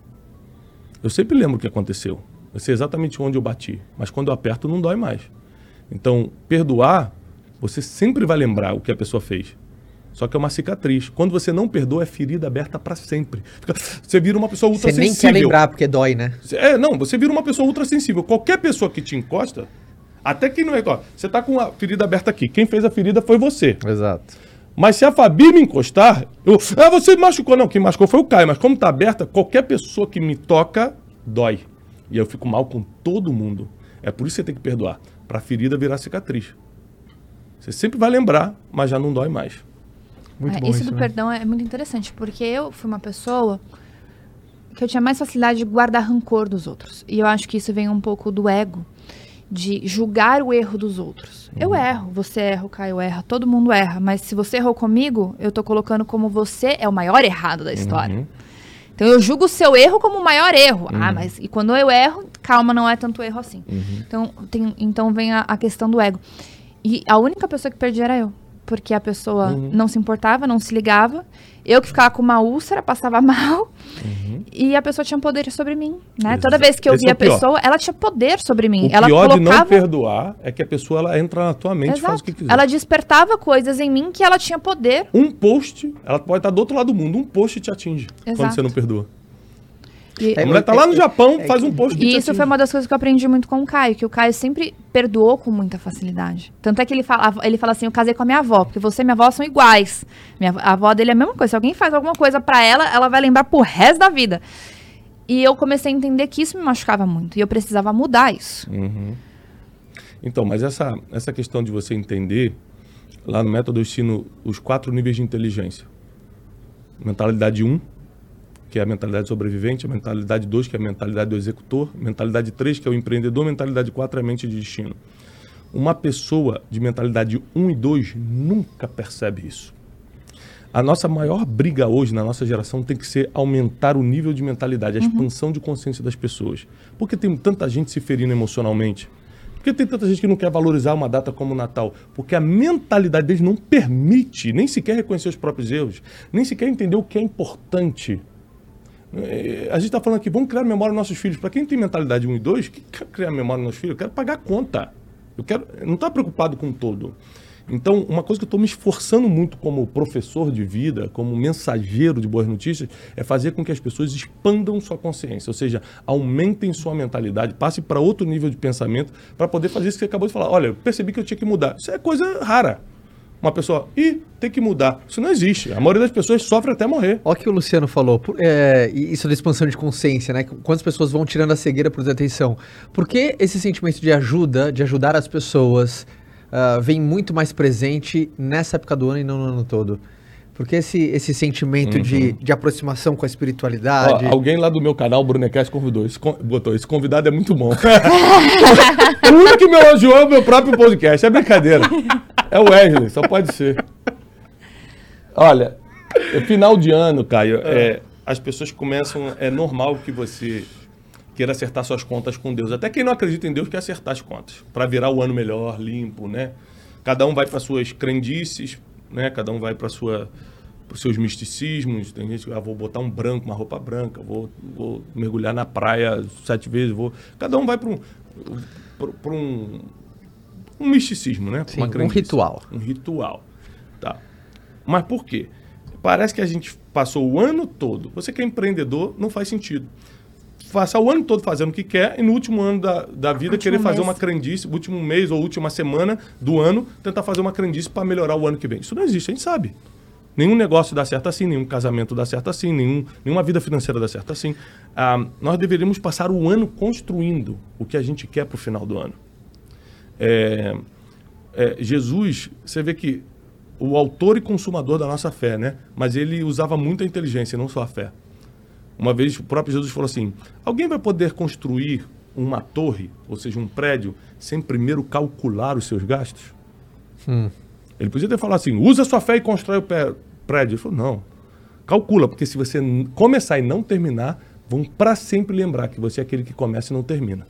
Eu sempre lembro o que aconteceu. Eu sei exatamente onde eu bati. Mas quando eu aperto, não dói mais. Então, perdoar, você sempre vai lembrar o que a pessoa fez. Só que é uma cicatriz. Quando você não perdoa, é ferida aberta para sempre. Você vira uma pessoa ultra sensível. Você nem quer lembrar porque dói, né? Você vira uma pessoa ultra sensível. Qualquer pessoa que te encosta, Até quem não recorre. Você tá com a ferida aberta aqui. Quem fez a ferida foi você. Exato. Mas se a Fabi me encostar, você machucou. Não, quem machucou foi o Caio. Mas como tá aberta, qualquer pessoa que me toca, dói. E eu fico mal com todo mundo. É por isso que você tem que perdoar. Pra ferida virar cicatriz. Você sempre vai lembrar, mas já não dói mais. Muito bom isso do perdão é muito interessante, porque eu fui uma pessoa que eu tinha mais facilidade de guardar rancor dos outros. E eu acho que isso vem um pouco do ego, de julgar o erro dos outros. Eu erro, você erra, o Caio erra, todo mundo erra. Mas se você errou comigo, eu tô colocando como você é o maior errado da história. Então eu julgo o seu erro como o maior erro. Ah, mas e quando eu erro, calma, não é tanto erro assim. Então vem a questão do ego. E a única pessoa que perdi era eu. Porque a pessoa não se importava, não se ligava. Eu que ficava com uma úlcera, passava mal. E a pessoa tinha poder sobre mim, né? Toda vez que eu via a pessoa, ela tinha poder sobre mim. O pior de não perdoar é que a pessoa ela entra na tua mente e faz o que quiser. Ela despertava coisas em mim que ela tinha poder. Um post, ela pode estar do outro lado do mundo, um post te atinge quando você não perdoa. A mulher tá lá no Japão, faz um post que E isso foi uma das coisas que eu aprendi muito com o Caio, que o Caio sempre perdoou com muita facilidade. Tanto é que ele fala assim, eu casei com a minha avó, porque você e minha avó são iguais. A avó dele é a mesma coisa. Se alguém faz alguma coisa pra ela, ela vai lembrar pro resto da vida. E eu comecei a entender que isso me machucava muito. E eu precisava mudar isso. Então, mas essa questão de você entender, lá no método eu ensino os 4 níveis de inteligência. Mentalidade 1, que é a mentalidade sobrevivente, a mentalidade 2, que é a mentalidade do executor, mentalidade 3, que é o empreendedor, mentalidade 4 é a mente de destino. Uma pessoa de mentalidade 1 e 2 nunca percebe isso. A nossa maior briga hoje na nossa geração tem que ser aumentar o nível de mentalidade, a expansão de consciência das pessoas. Por que tem tanta gente se ferindo emocionalmente? Por que tem tanta gente que não quer valorizar uma data como o Natal? Porque a mentalidade deles não permite nem sequer reconhecer os próprios erros, nem sequer entender o que é importante. A gente está falando aqui, vamos criar memória nos nossos filhos. Para quem tem mentalidade 1 e 2, que quer criar memória nos nossos filhos? Eu quero pagar a conta. Eu não estou preocupado com o todo. Então, uma coisa que eu estou me esforçando muito como professor de vida, como mensageiro de boas notícias, é fazer com que as pessoas expandam sua consciência, ou seja, aumentem sua mentalidade, passe para outro nível de pensamento para poder fazer isso que você acabou de falar. Olha, eu percebi que eu tinha que mudar. Isso é coisa rara. Uma pessoa, tem que mudar. Isso não existe. A maioria das pessoas sofre até morrer. Olha o que o Luciano falou. Isso da expansão de consciência, né? Quantas pessoas vão tirando a cegueira por desatenção. Por que esse sentimento de ajuda, de ajudar as pessoas, vem muito mais presente nessa época do ano e não no ano todo? Porque esse sentimento de aproximação com a espiritualidade... Alguém lá do meu canal, o Brunecast, botou, esse convidado é muito bom. O único que me elogiou é o meu próprio podcast. É brincadeira. É o Wesley, só pode ser. Olha, final de ano, Caio, as pessoas começam... É normal que você queira acertar suas contas com Deus. Até quem não acredita em Deus quer acertar as contas. Para virar o ano melhor, limpo, né? Cada um vai para suas crendices, né? Cada um vai para os seus misticismos. Tem gente que vou botar um branco, uma roupa branca, vou mergulhar na praia 7 vezes. Cada um vai para um misticismo, né? Sim, um ritual. Um ritual. Tá. Mas por quê? Parece que a gente passou o ano todo. Você que é empreendedor, não faz sentido. Passar o ano todo fazendo o que quer e no último ano da vida querer fazer uma crendice, último mês ou última semana do ano, tentar fazer uma crendice para melhorar o ano que vem. Isso não existe, a gente sabe. Nenhum negócio dá certo assim, nenhum casamento dá certo assim, nenhuma vida financeira dá certo assim. Nós deveríamos passar o ano construindo o que a gente quer para o final do ano. Jesus, você vê que o autor e consumador da nossa fé, né? Mas ele usava muita inteligência, não só a fé. Uma vez o próprio Jesus falou assim, alguém vai poder construir uma torre, ou seja, um prédio, sem primeiro calcular os seus gastos? Ele podia ter falado assim, usa a sua fé e constrói o prédio. Ele falou, não, calcula, porque se você começar e não terminar, vão para sempre lembrar que você é aquele que começa e não termina.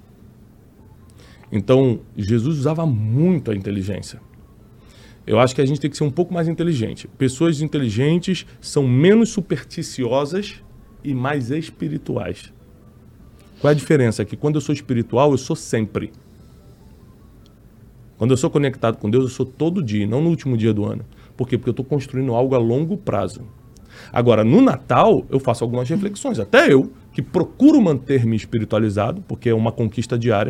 Então, Jesus usava muito a inteligência. Eu acho que a gente tem que ser um pouco mais inteligente. Pessoas inteligentes são menos supersticiosas e mais espirituais. Qual é a diferença? É que quando eu sou espiritual, eu sou sempre. Quando eu sou conectado com Deus, eu sou todo dia, não no último dia do ano. Por quê? Porque eu estou construindo algo a longo prazo. Agora, no Natal, eu faço algumas reflexões. Até eu, que procuro manter-me espiritualizado, porque é uma conquista diária,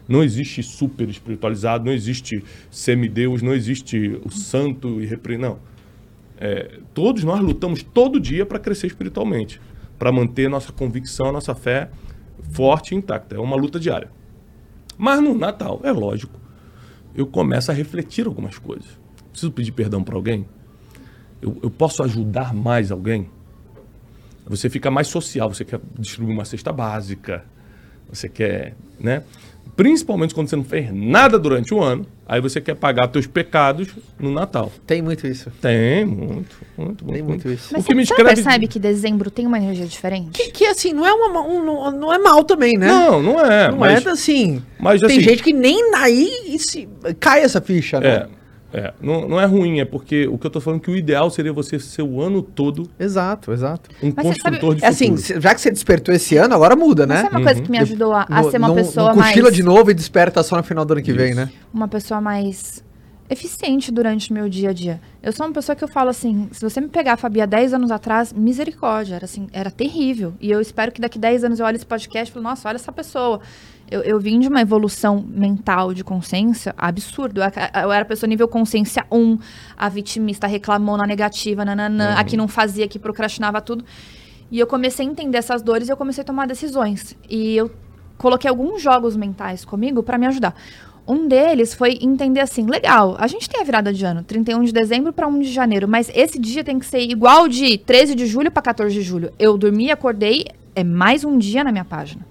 Não existe super espiritualizado, não existe semideus, não existe o santo e não. Todos nós lutamos todo dia para crescer espiritualmente, para manter nossa convicção, nossa fé forte e intacta. É uma luta diária. Mas no Natal, é lógico, eu começo a refletir algumas coisas. Preciso pedir perdão para alguém? Eu posso ajudar mais alguém? Você fica mais social, você quer distribuir uma cesta básica, você quer, né? Principalmente quando você não fez nada durante o ano, aí você quer pagar teus pecados no Natal. Tem muito isso. Tem, muito. Tem muito isso. Mas você percebe que dezembro tem uma energia diferente? Que assim, não é, não é mal também, né? Não é. Não é assim. Mas, tem assim, gente que nem aí cai essa ficha, né? Não é ruim, é porque o que eu tô falando é que o ideal seria você ser o ano todo Exato. um construtor de futuro. Assim, já que você despertou esse ano, agora muda, né? Mas sabe uma coisa que me ajudou a ser uma pessoa não mais... cochila de novo e desperta só no final do ano que vem, né? Uma pessoa mais eficiente durante o meu dia a dia. Eu sou uma pessoa que eu falo assim, se você me pegar, Fabi, há 10 anos atrás, misericórdia, era terrível. E eu espero que daqui 10 anos eu olhe esse podcast e falo, nossa, olha essa pessoa. Eu vim de uma evolução mental de consciência absurdo. Eu era pessoa nível consciência 1, a vitimista reclamou na negativa, a que não fazia, que procrastinava tudo. E eu comecei a entender essas dores e eu comecei a tomar decisões. E eu coloquei alguns jogos mentais comigo para me ajudar. Um deles foi entender assim, legal, a gente tem a virada de ano, 31 de dezembro para 1 de janeiro, mas esse dia tem que ser igual de 13 de julho para 14 de julho. Eu dormi, acordei, é mais um dia na minha página.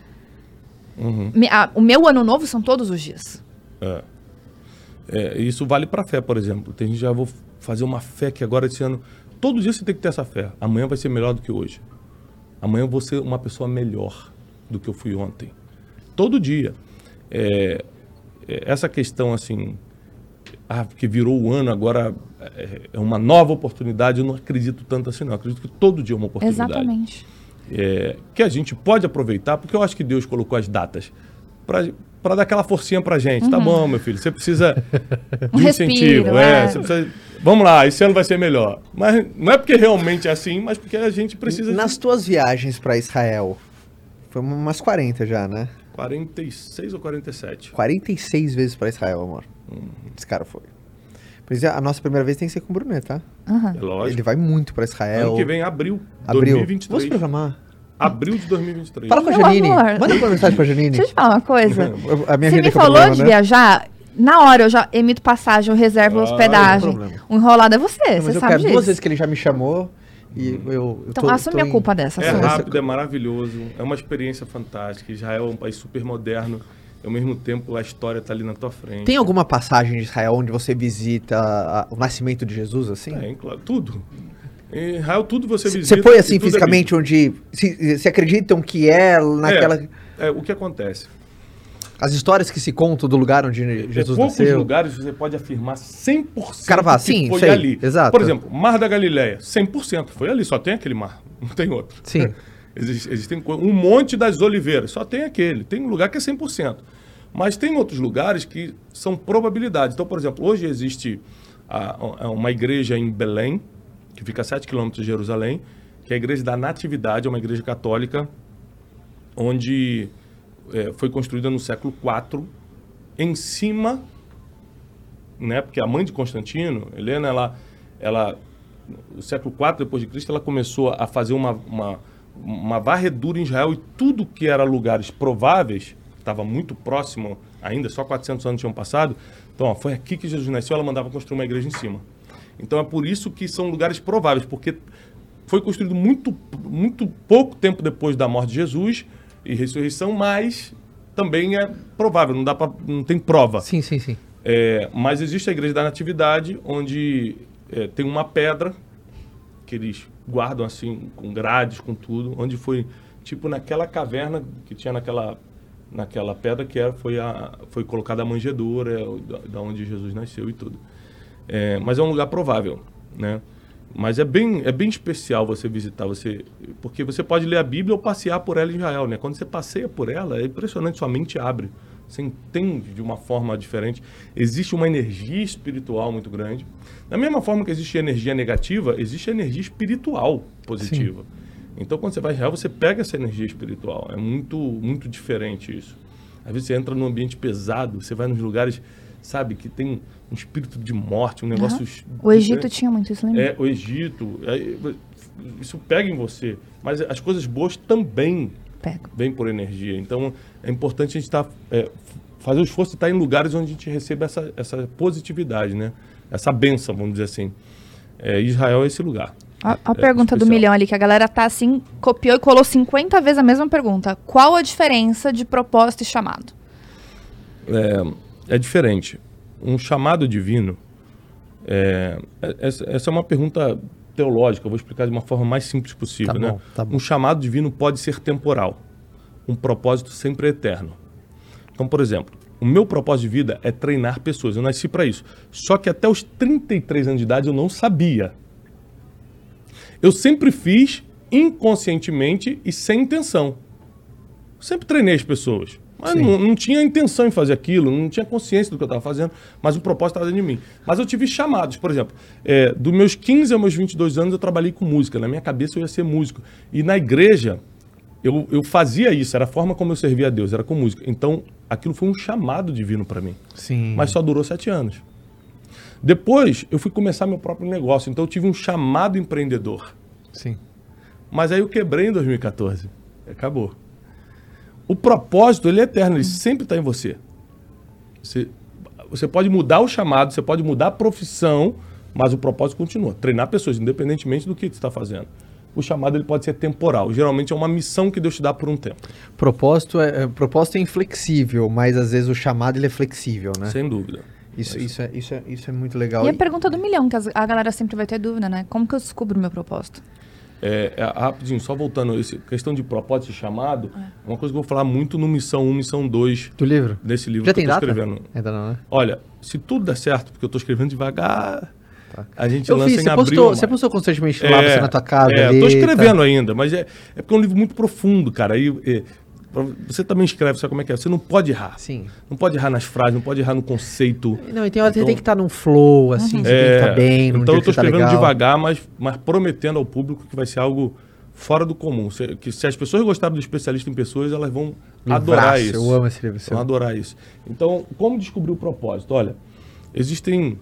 O meu ano novo são todos os dias. Isso vale para fé, por exemplo. Tem gente já vou fazer uma fé que agora esse ano, todo dia você tem que ter essa fé. Amanhã vai ser melhor do que hoje. Amanhã eu vou ser uma pessoa melhor do que eu fui ontem. Todo dia. Essa questão assim, que virou o ano, agora é uma nova oportunidade, eu não acredito tanto assim não. Eu acredito que todo dia é uma oportunidade. Exatamente. Que a gente pode aproveitar, porque eu acho que Deus colocou as datas para dar aquela forcinha pra gente. Tá bom, meu filho, você precisa de um incentivo. Você precisa, vamos lá, esse ano vai ser melhor. Mas não é porque realmente é assim, mas porque a gente precisa... Nas tuas viagens para Israel, foi umas 40 já, né? 46 ou 47. 46 vezes para Israel, amor. Esse cara foi. Pois a nossa primeira vez tem que ser com o Brunet, tá? É lógico. Ele vai muito para Israel. Ano que vem, abril 2023. Vamos programar. Abril de 2023. Fala com a Janine. Manda uma mensagem pra Janine. Deixa eu te falar uma coisa. Você me falou de viajar, na hora eu já emito passagem, eu reservo hospedagem. O enrolado é você, você sabe disso. 2 vezes que ele já me chamou e então assume a culpa dessa. É rápido, é maravilhoso, é uma experiência fantástica. Israel é um país super moderno. Ao mesmo tempo, a história está ali na tua frente. Tem alguma passagem de Israel onde você visita o nascimento de Jesus, assim? Claro, tudo. Em Israel, tudo você visita. Você foi assim, fisicamente, onde se acreditam que é naquela... O que acontece? As histórias que se contam do lugar onde Jesus nasceu. Poucos lugares você pode afirmar 100% Carvalho, que foi ali. Exato. Por exemplo, Mar da Galileia, 100% foi ali, só tem aquele mar, não tem outro. Sim. Existem um monte das oliveiras, só tem aquele. Tem um lugar que é 100%. Mas tem outros lugares que são probabilidades. Então, por exemplo, hoje existe uma igreja em Belém, que fica a 7 quilômetros de Jerusalém, que é a Igreja da Natividade, é uma igreja católica, onde foi construída no século IV, em cima, né, porque a mãe de Constantino, Helena, ela no século IV depois de Cristo, ela começou a fazer uma varredura em Israel, e tudo que era lugares prováveis, estava muito próximo ainda, só 400 anos tinham passado, então foi aqui que Jesus nasceu, ela mandava construir uma igreja em cima. Então é por isso que são lugares prováveis, porque foi construído muito, muito pouco tempo depois da morte de Jesus e ressurreição, mas também é provável, não tem prova. Sim. Mas existe a Igreja da Natividade, onde tem uma pedra que eles guardam assim, com grades, com tudo, onde foi tipo naquela caverna que tinha naquela pedra que foi colocada a manjedoura, da onde Jesus nasceu e tudo. Mas é um lugar provável, né? Mas é bem especial você visitar, porque você pode ler a Bíblia ou passear por ela em Israel, né? Quando você passeia por ela, é impressionante, sua mente abre. Você entende de uma forma diferente. Existe uma energia espiritual muito grande. Da mesma forma que existe energia negativa, existe energia espiritual positiva. Sim. Então, quando você vai em Israel, você pega essa energia espiritual. É muito, muito diferente isso. Às vezes você entra num ambiente pesado, você vai nos lugares, sabe, que tem um espírito de morte, um negócio... O Egito tinha muito isso, lembra? O Egito, isso pega em você. Mas as coisas boas também vêm por energia. Então, é importante a gente fazer o esforço de estar em lugares onde a gente receba essa positividade, né? Essa bênção, vamos dizer assim. Israel é esse lugar. A pergunta especial. do milhão ali, que a galera tá assim, copiou e colou 50 vezes a mesma pergunta. Qual a diferença de propósito e chamado? É diferente. Um chamado divino, essa é uma pergunta teológica, eu vou explicar de uma forma mais simples possível. Tá bom, tá bom. Um chamado divino pode ser temporal, um propósito sempre é eterno. Então, por exemplo, o meu propósito de vida é treinar pessoas, eu nasci para isso. Só que até os 33 anos de idade eu não sabia. Eu sempre fiz inconscientemente e sem intenção. Sempre treinei as pessoas. Mas não tinha intenção em fazer aquilo, não tinha consciência do que eu estava fazendo, mas o propósito estava dentro de mim. Mas eu tive chamados, por exemplo, dos meus 15 aos meus 22 anos eu trabalhei com música. Na minha cabeça eu ia ser músico. E na igreja eu fazia isso, era a forma como eu servia a Deus, era com música. Então aquilo foi um chamado divino para mim. Sim. Mas só durou 7 anos. Depois eu fui começar meu próprio negócio, então eu tive um chamado empreendedor. Sim. Mas aí eu quebrei em 2014. Acabou. O propósito, ele é eterno, ele sempre está em você. Você pode mudar o chamado, você pode mudar a profissão, mas o propósito continua. Treinar pessoas, independentemente do que você está fazendo. O chamado ele pode ser temporal. Geralmente é uma missão que Deus te dá por um tempo. Propósito é inflexível, mas às vezes o chamado ele é flexível, né? Sem dúvida. Isso é muito legal. E a pergunta do milhão, que a galera sempre vai ter dúvida, né? Como que eu descubro o meu propósito? Rapidinho, só voltando, questão de propósito e chamado, uma coisa que eu vou falar muito no Missão 1, Missão 2. Do livro? Desse livro Já que tem eu tô data? escrevendo. Ainda não, né? Olha, se tudo der certo, porque eu tô escrevendo devagar, a gente Eu lança vi, em abril. você postou constantemente lá, você na tua casa ali. Eu tô escrevendo ainda, mas é porque é um livro muito profundo, cara. Você também escreve, sabe como é que é? Você não pode errar. Sim. Não pode errar nas frases, não pode errar no conceito. Não, e tem hora que você tem que estar num flow, assim, você tem que estar bem, num então dia eu tô que você tá escrevendo legal. devagar, mas prometendo ao público que vai ser algo fora do comum. Que se as pessoas gostarem do Especialista em Pessoas, elas vão adorar isso. Eu amo esse livro. Vão adorar isso. Então, como descobrir o propósito? Olha, existem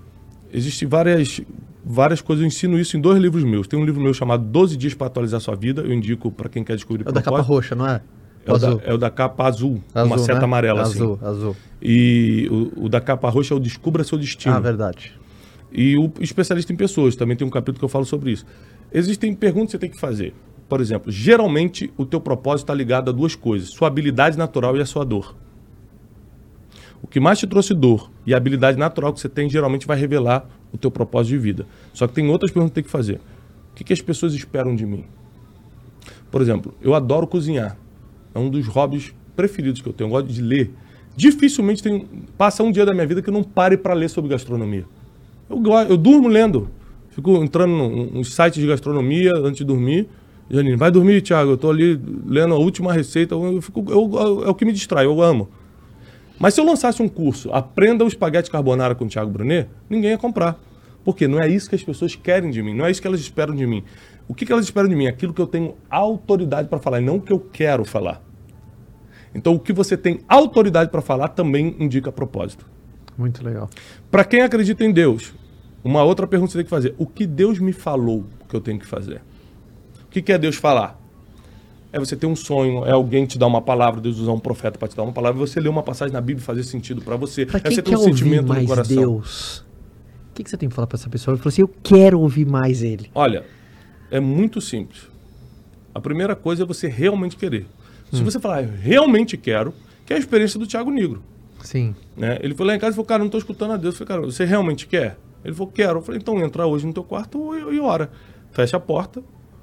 várias coisas, eu ensino isso em 2 livros meus. Tem um livro meu chamado 12 Dias para Atualizar Sua Vida, eu indico para quem quer descobrir É o da propósito. capa roxa, não é? É o da capa azul, uma seta né? amarela. Assim. Azul. E o da capa roxa é o Descubra Seu Destino. Ah, verdade. E o Especialista em Pessoas, também tem um capítulo que eu falo sobre isso. Existem perguntas que você tem que fazer. Por exemplo, geralmente o teu propósito está ligado a 2 coisas, sua habilidade natural e a sua dor. O que mais te trouxe dor e a habilidade natural que você tem geralmente vai revelar o teu propósito de vida. Só que tem outras perguntas que tem que fazer. O que as pessoas esperam de mim? Por exemplo, eu adoro cozinhar. É um dos hobbies preferidos que eu tenho. Eu gosto de ler. Dificilmente passa um dia da minha vida que eu não pare para ler sobre gastronomia. Eu durmo lendo. Fico entrando nos sites de gastronomia antes de dormir. Janine, vai dormir, Thiago. Eu estou ali lendo a última receita. É o que me distrai, eu amo. Mas se eu lançasse um curso, aprenda o espaguete carbonara com o Thiago Brunet, ninguém ia comprar. Porque não é isso que as pessoas querem de mim, não é isso que elas esperam de mim. O que elas esperam de mim? Aquilo que eu tenho autoridade para falar, e não o que eu quero falar. Então, o que você tem autoridade para falar também indica propósito. Muito legal. Para quem acredita em Deus, uma outra pergunta que você tem que fazer. O que Deus me falou que eu tenho que fazer? O que é Deus falar? É você ter um sonho, é alguém te dar uma palavra, Deus usar um profeta para te dar uma palavra, você ler uma passagem na Bíblia e fazer sentido para você. Pra é quem você ter quer um sentimento ouvir mais no coração. Deus, o que você tem que falar para essa pessoa? Ele falou assim, eu quero ouvir mais ele. Olha, é muito simples. A primeira coisa é você realmente querer. Se você falar, eu realmente quero, que é a experiência do Thiago Nigro. Sim. Né? Ele foi lá em casa e falou, cara, não estou escutando a Deus. Eu falei, cara, você realmente quer? Ele falou, quero. Eu falei, então entra hoje no teu quarto e ora. Fecha a porta.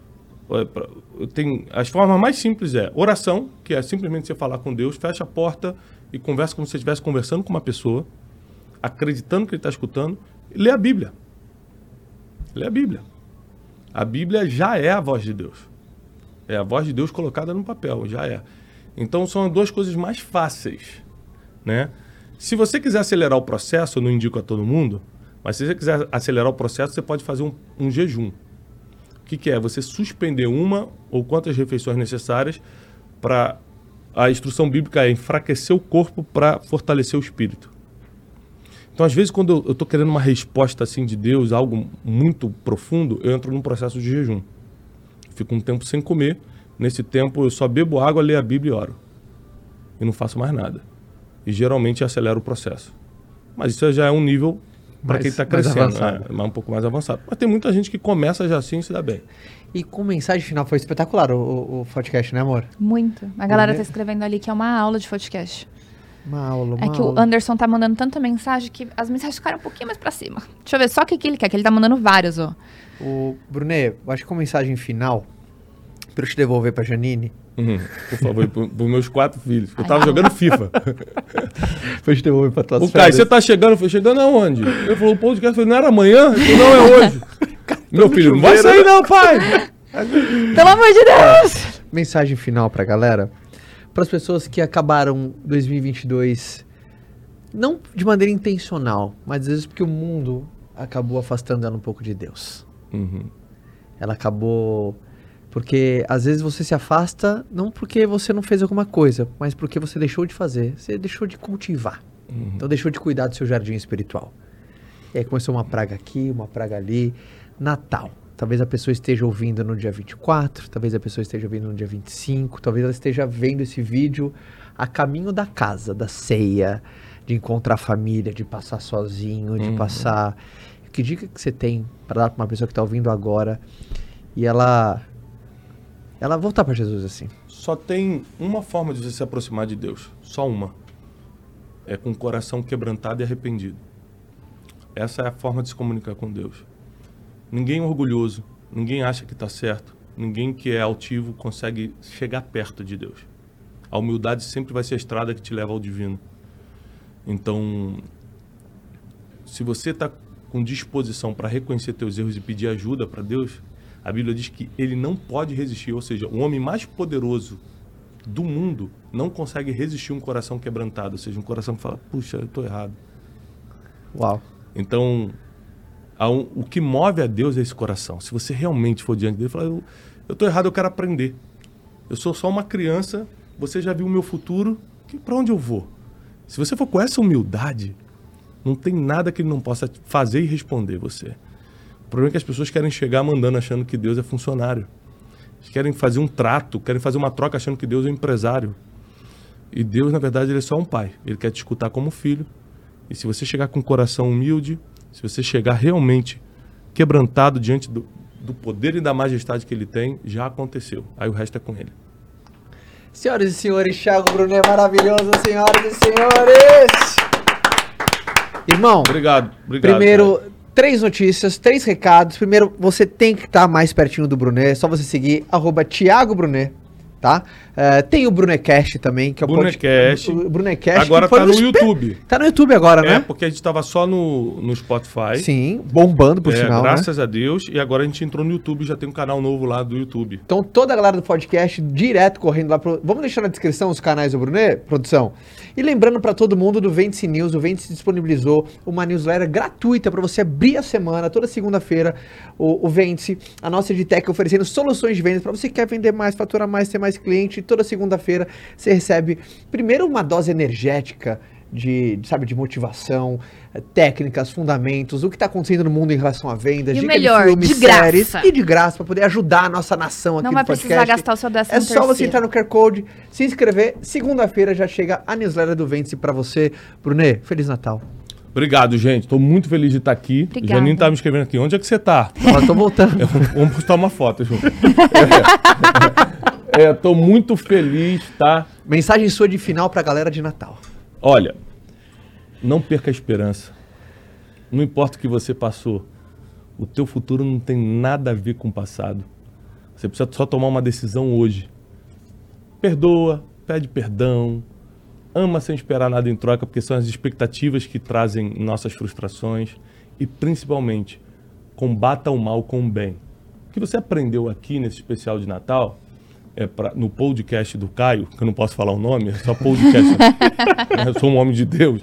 As formas mais simples oração, que é simplesmente você falar com Deus, fecha a porta e conversa como se você estivesse conversando com uma pessoa, acreditando que ele está escutando, e lê a Bíblia. Lê a Bíblia. A Bíblia já é a voz de Deus. É a voz de Deus colocada no papel, já é. Então são 2 coisas mais fáceis, né? Se você quiser acelerar o processo, eu não indico a todo mundo, mas se você quiser acelerar o processo, você pode fazer um jejum. O que é? Você suspender uma ou quantas refeições necessárias para a instrução bíblica é enfraquecer o corpo para fortalecer o espírito. Então, às vezes, quando eu estou querendo uma resposta assim de Deus, algo muito profundo, eu entro num processo de jejum. Fico um tempo sem comer. Nesse tempo, eu só bebo água, leio a Bíblia e oro. E não faço mais nada. E geralmente acelera o processo. Mas isso já é um nível para quem está crescendo, um pouco mais avançado. Mas tem muita gente que começa já assim e se dá bem. E com mensagem final, foi espetacular o podcast, né, amor? Muito. A galera tá escrevendo ali que é uma aula de podcast. Uma aula. É que o Anderson tá mandando tanta mensagem que as mensagens ficaram um pouquinho mais pra cima. Deixa eu ver só o que ele quer, que ele tá mandando várias, ó. O Brunet, eu acho que com mensagem final, pra eu te devolver pra Janine. Por favor, pros meus 4 filhos. Eu tava jogando FIFA. Pra eu te devolver pra tuas O Caio, você tá chegando? Foi chegando aonde? Ele falou, o podcast, eu falei, não era amanhã? Eu falei, não, é hoje. Meu filho, não vai sair não, pai. Pelo amor de Deus! Mensagem final pra galera. Para as pessoas que acabaram 2022, não de maneira intencional, mas às vezes porque o mundo acabou afastando ela um pouco de Deus. Ela acabou... Porque às vezes você se afasta não porque você não fez alguma coisa, mas porque você deixou de fazer, você deixou de cultivar. Então deixou de cuidar do seu jardim espiritual. E aí começou uma praga aqui, uma praga ali. Natal. Talvez a pessoa esteja ouvindo no dia 24, talvez a pessoa esteja ouvindo no dia 25, talvez ela esteja vendo esse vídeo a caminho da casa, da ceia, de encontrar a família, de passar sozinho, de passar... Que dica que você tem para dar para uma pessoa que está ouvindo agora e ela voltar para Jesus assim? Só tem uma forma de você se aproximar de Deus, só uma. É com o coração quebrantado e arrependido. Essa é a forma de se comunicar com Deus. Ninguém orgulhoso, ninguém acha que está certo, ninguém que é altivo consegue chegar perto de Deus. A humildade sempre vai ser a estrada que te leva ao divino. Então, se você está com disposição para reconhecer teus erros e pedir ajuda para Deus, a Bíblia diz que ele não pode resistir, ou seja, o homem mais poderoso do mundo não consegue resistir um coração quebrantado, ou seja, um coração que fala, puxa, eu estou errado. Uau. Então... o que move a Deus é esse coração. Se você realmente for diante dele e falar, eu estou errado, eu quero aprender. Eu sou só uma criança, você já viu o meu futuro, para onde eu vou? Se você for com essa humildade, não tem nada que ele não possa fazer e responder você. O problema é que as pessoas querem chegar mandando achando que Deus é funcionário. Eles querem fazer um trato, querem fazer uma troca achando que Deus é empresário. E Deus, na verdade, ele é só um pai. Ele quer te escutar como filho. E se você chegar com um coração humilde, se você chegar realmente quebrantado diante do poder e da majestade que ele tem, já aconteceu. Aí o resto é com ele. Senhoras e senhores, Thiago Brunet maravilhoso, senhoras e senhores! Irmão, obrigado. Primeiro, 3 notícias, 3 recados. Primeiro, você tem que estar mais pertinho do Brunet, é só você seguir @Thiago Brunet. Tá? Tem o Brunecast também, que é o Brunecast. O Brunecast agora tá no YouTube. Tá no YouTube agora, né? Porque a gente tava só no Spotify. Sim, bombando por sinal, graças a Deus. E agora a gente entrou no YouTube, já tem um canal novo lá do YouTube. Então toda a galera do podcast direto correndo lá pro... Vamos deixar na descrição os canais do Brunet, produção? E lembrando pra todo mundo do Vence News, o Vence disponibilizou uma newsletter gratuita pra você abrir a semana, toda segunda-feira, o Vence, a nossa edtech oferecendo soluções de vendas pra você que quer vender mais, faturar mais, ter mais cliente. Toda segunda-feira você recebe primeiro uma dose energética de motivação, técnicas, fundamentos, o que está acontecendo no mundo em relação a vendas, e dica o melhor, de filmes, de séries graça. E de graça para poder ajudar a nossa nação aqui no podcast. Não vai precisar gastar o seu 13º. É só você entrar no QR Code, se inscrever. Segunda-feira já chega a newsletter do Vence para você. Brunet, Feliz Natal. Obrigado, gente. Estou muito feliz de estar aqui. Obrigada. Janine tá me escrevendo aqui. Onde é que você tá? Eu tô voltando. Vamos postar uma foto junto. Tô muito feliz, tá? Mensagem sua de final pra galera de Natal. Olha, não perca a esperança. Não importa o que você passou. O teu futuro não tem nada a ver com o passado. Você precisa só tomar uma decisão hoje. Perdoa, pede perdão, ama sem esperar nada em troca, porque são as expectativas que trazem nossas frustrações. E, principalmente, combata o mal com o bem. O que você aprendeu aqui nesse especial de Natal, no podcast do Caio, que eu não posso falar o nome, é só podcast. Eu sou um homem de Deus.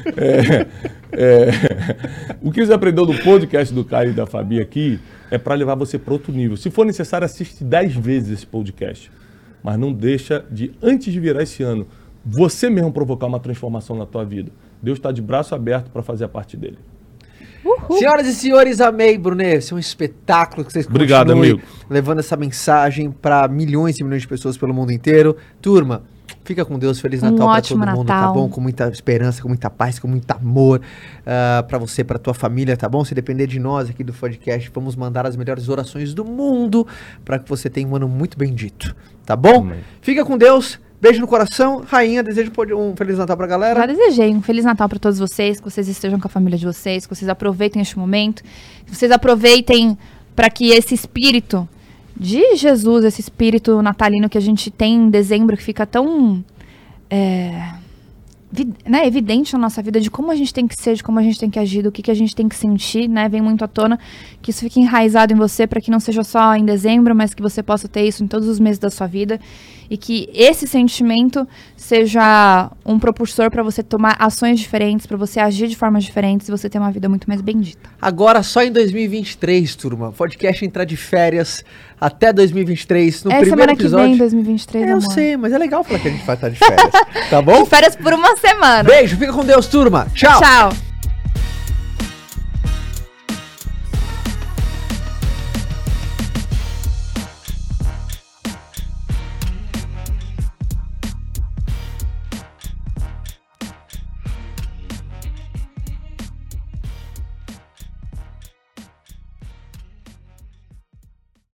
O que você aprendeu do podcast do Caio e da Fabi aqui é para levar você para outro nível. Se for necessário, assiste 10 vezes esse podcast. Mas não deixa de, antes de virar esse ano, você mesmo provocar uma transformação na tua vida. Deus está de braço aberto para fazer a parte dele. Senhoras e senhores, amei, Brunet. Esse é um espetáculo que vocês Obrigado, amigo. levando essa mensagem para milhões e milhões de pessoas pelo mundo inteiro. Turma, fica com Deus. Feliz Natal para todo mundo, tá bom? Com muita esperança, com muita paz, com muito amor para você, para tua família, tá bom? Se depender de nós aqui do podcast, vamos mandar as melhores orações do mundo para que você tenha um ano muito bendito, tá bom? Amém. Fica com Deus. Beijo no coração. Rainha, desejo um Feliz Natal pra galera. Já desejei um Feliz Natal para todos vocês, que vocês estejam com a família de vocês, que vocês aproveitem este momento, que vocês aproveitem para que esse espírito de Jesus, esse espírito natalino que a gente tem em dezembro, que fica tão evidente na nossa vida, de como a gente tem que ser, de como a gente tem que agir, do que a gente tem que sentir, né? Vem muito à tona, que isso fique enraizado em você, para que não seja só em dezembro, mas que você possa ter isso em todos os meses da sua vida, e que esse sentimento seja um propulsor para você tomar ações diferentes, para você agir de formas diferentes e você ter uma vida muito mais bendita. Agora só em 2023, turma. Podcast entrar de férias até 2023. No primeiro semana episódio. Que vem, 2023, Eu amor. sei, mas é legal falar que a gente vai estar de férias. Tá bom? De férias por uma semana. Beijo, fica com Deus, turma. Tchau. Tchau.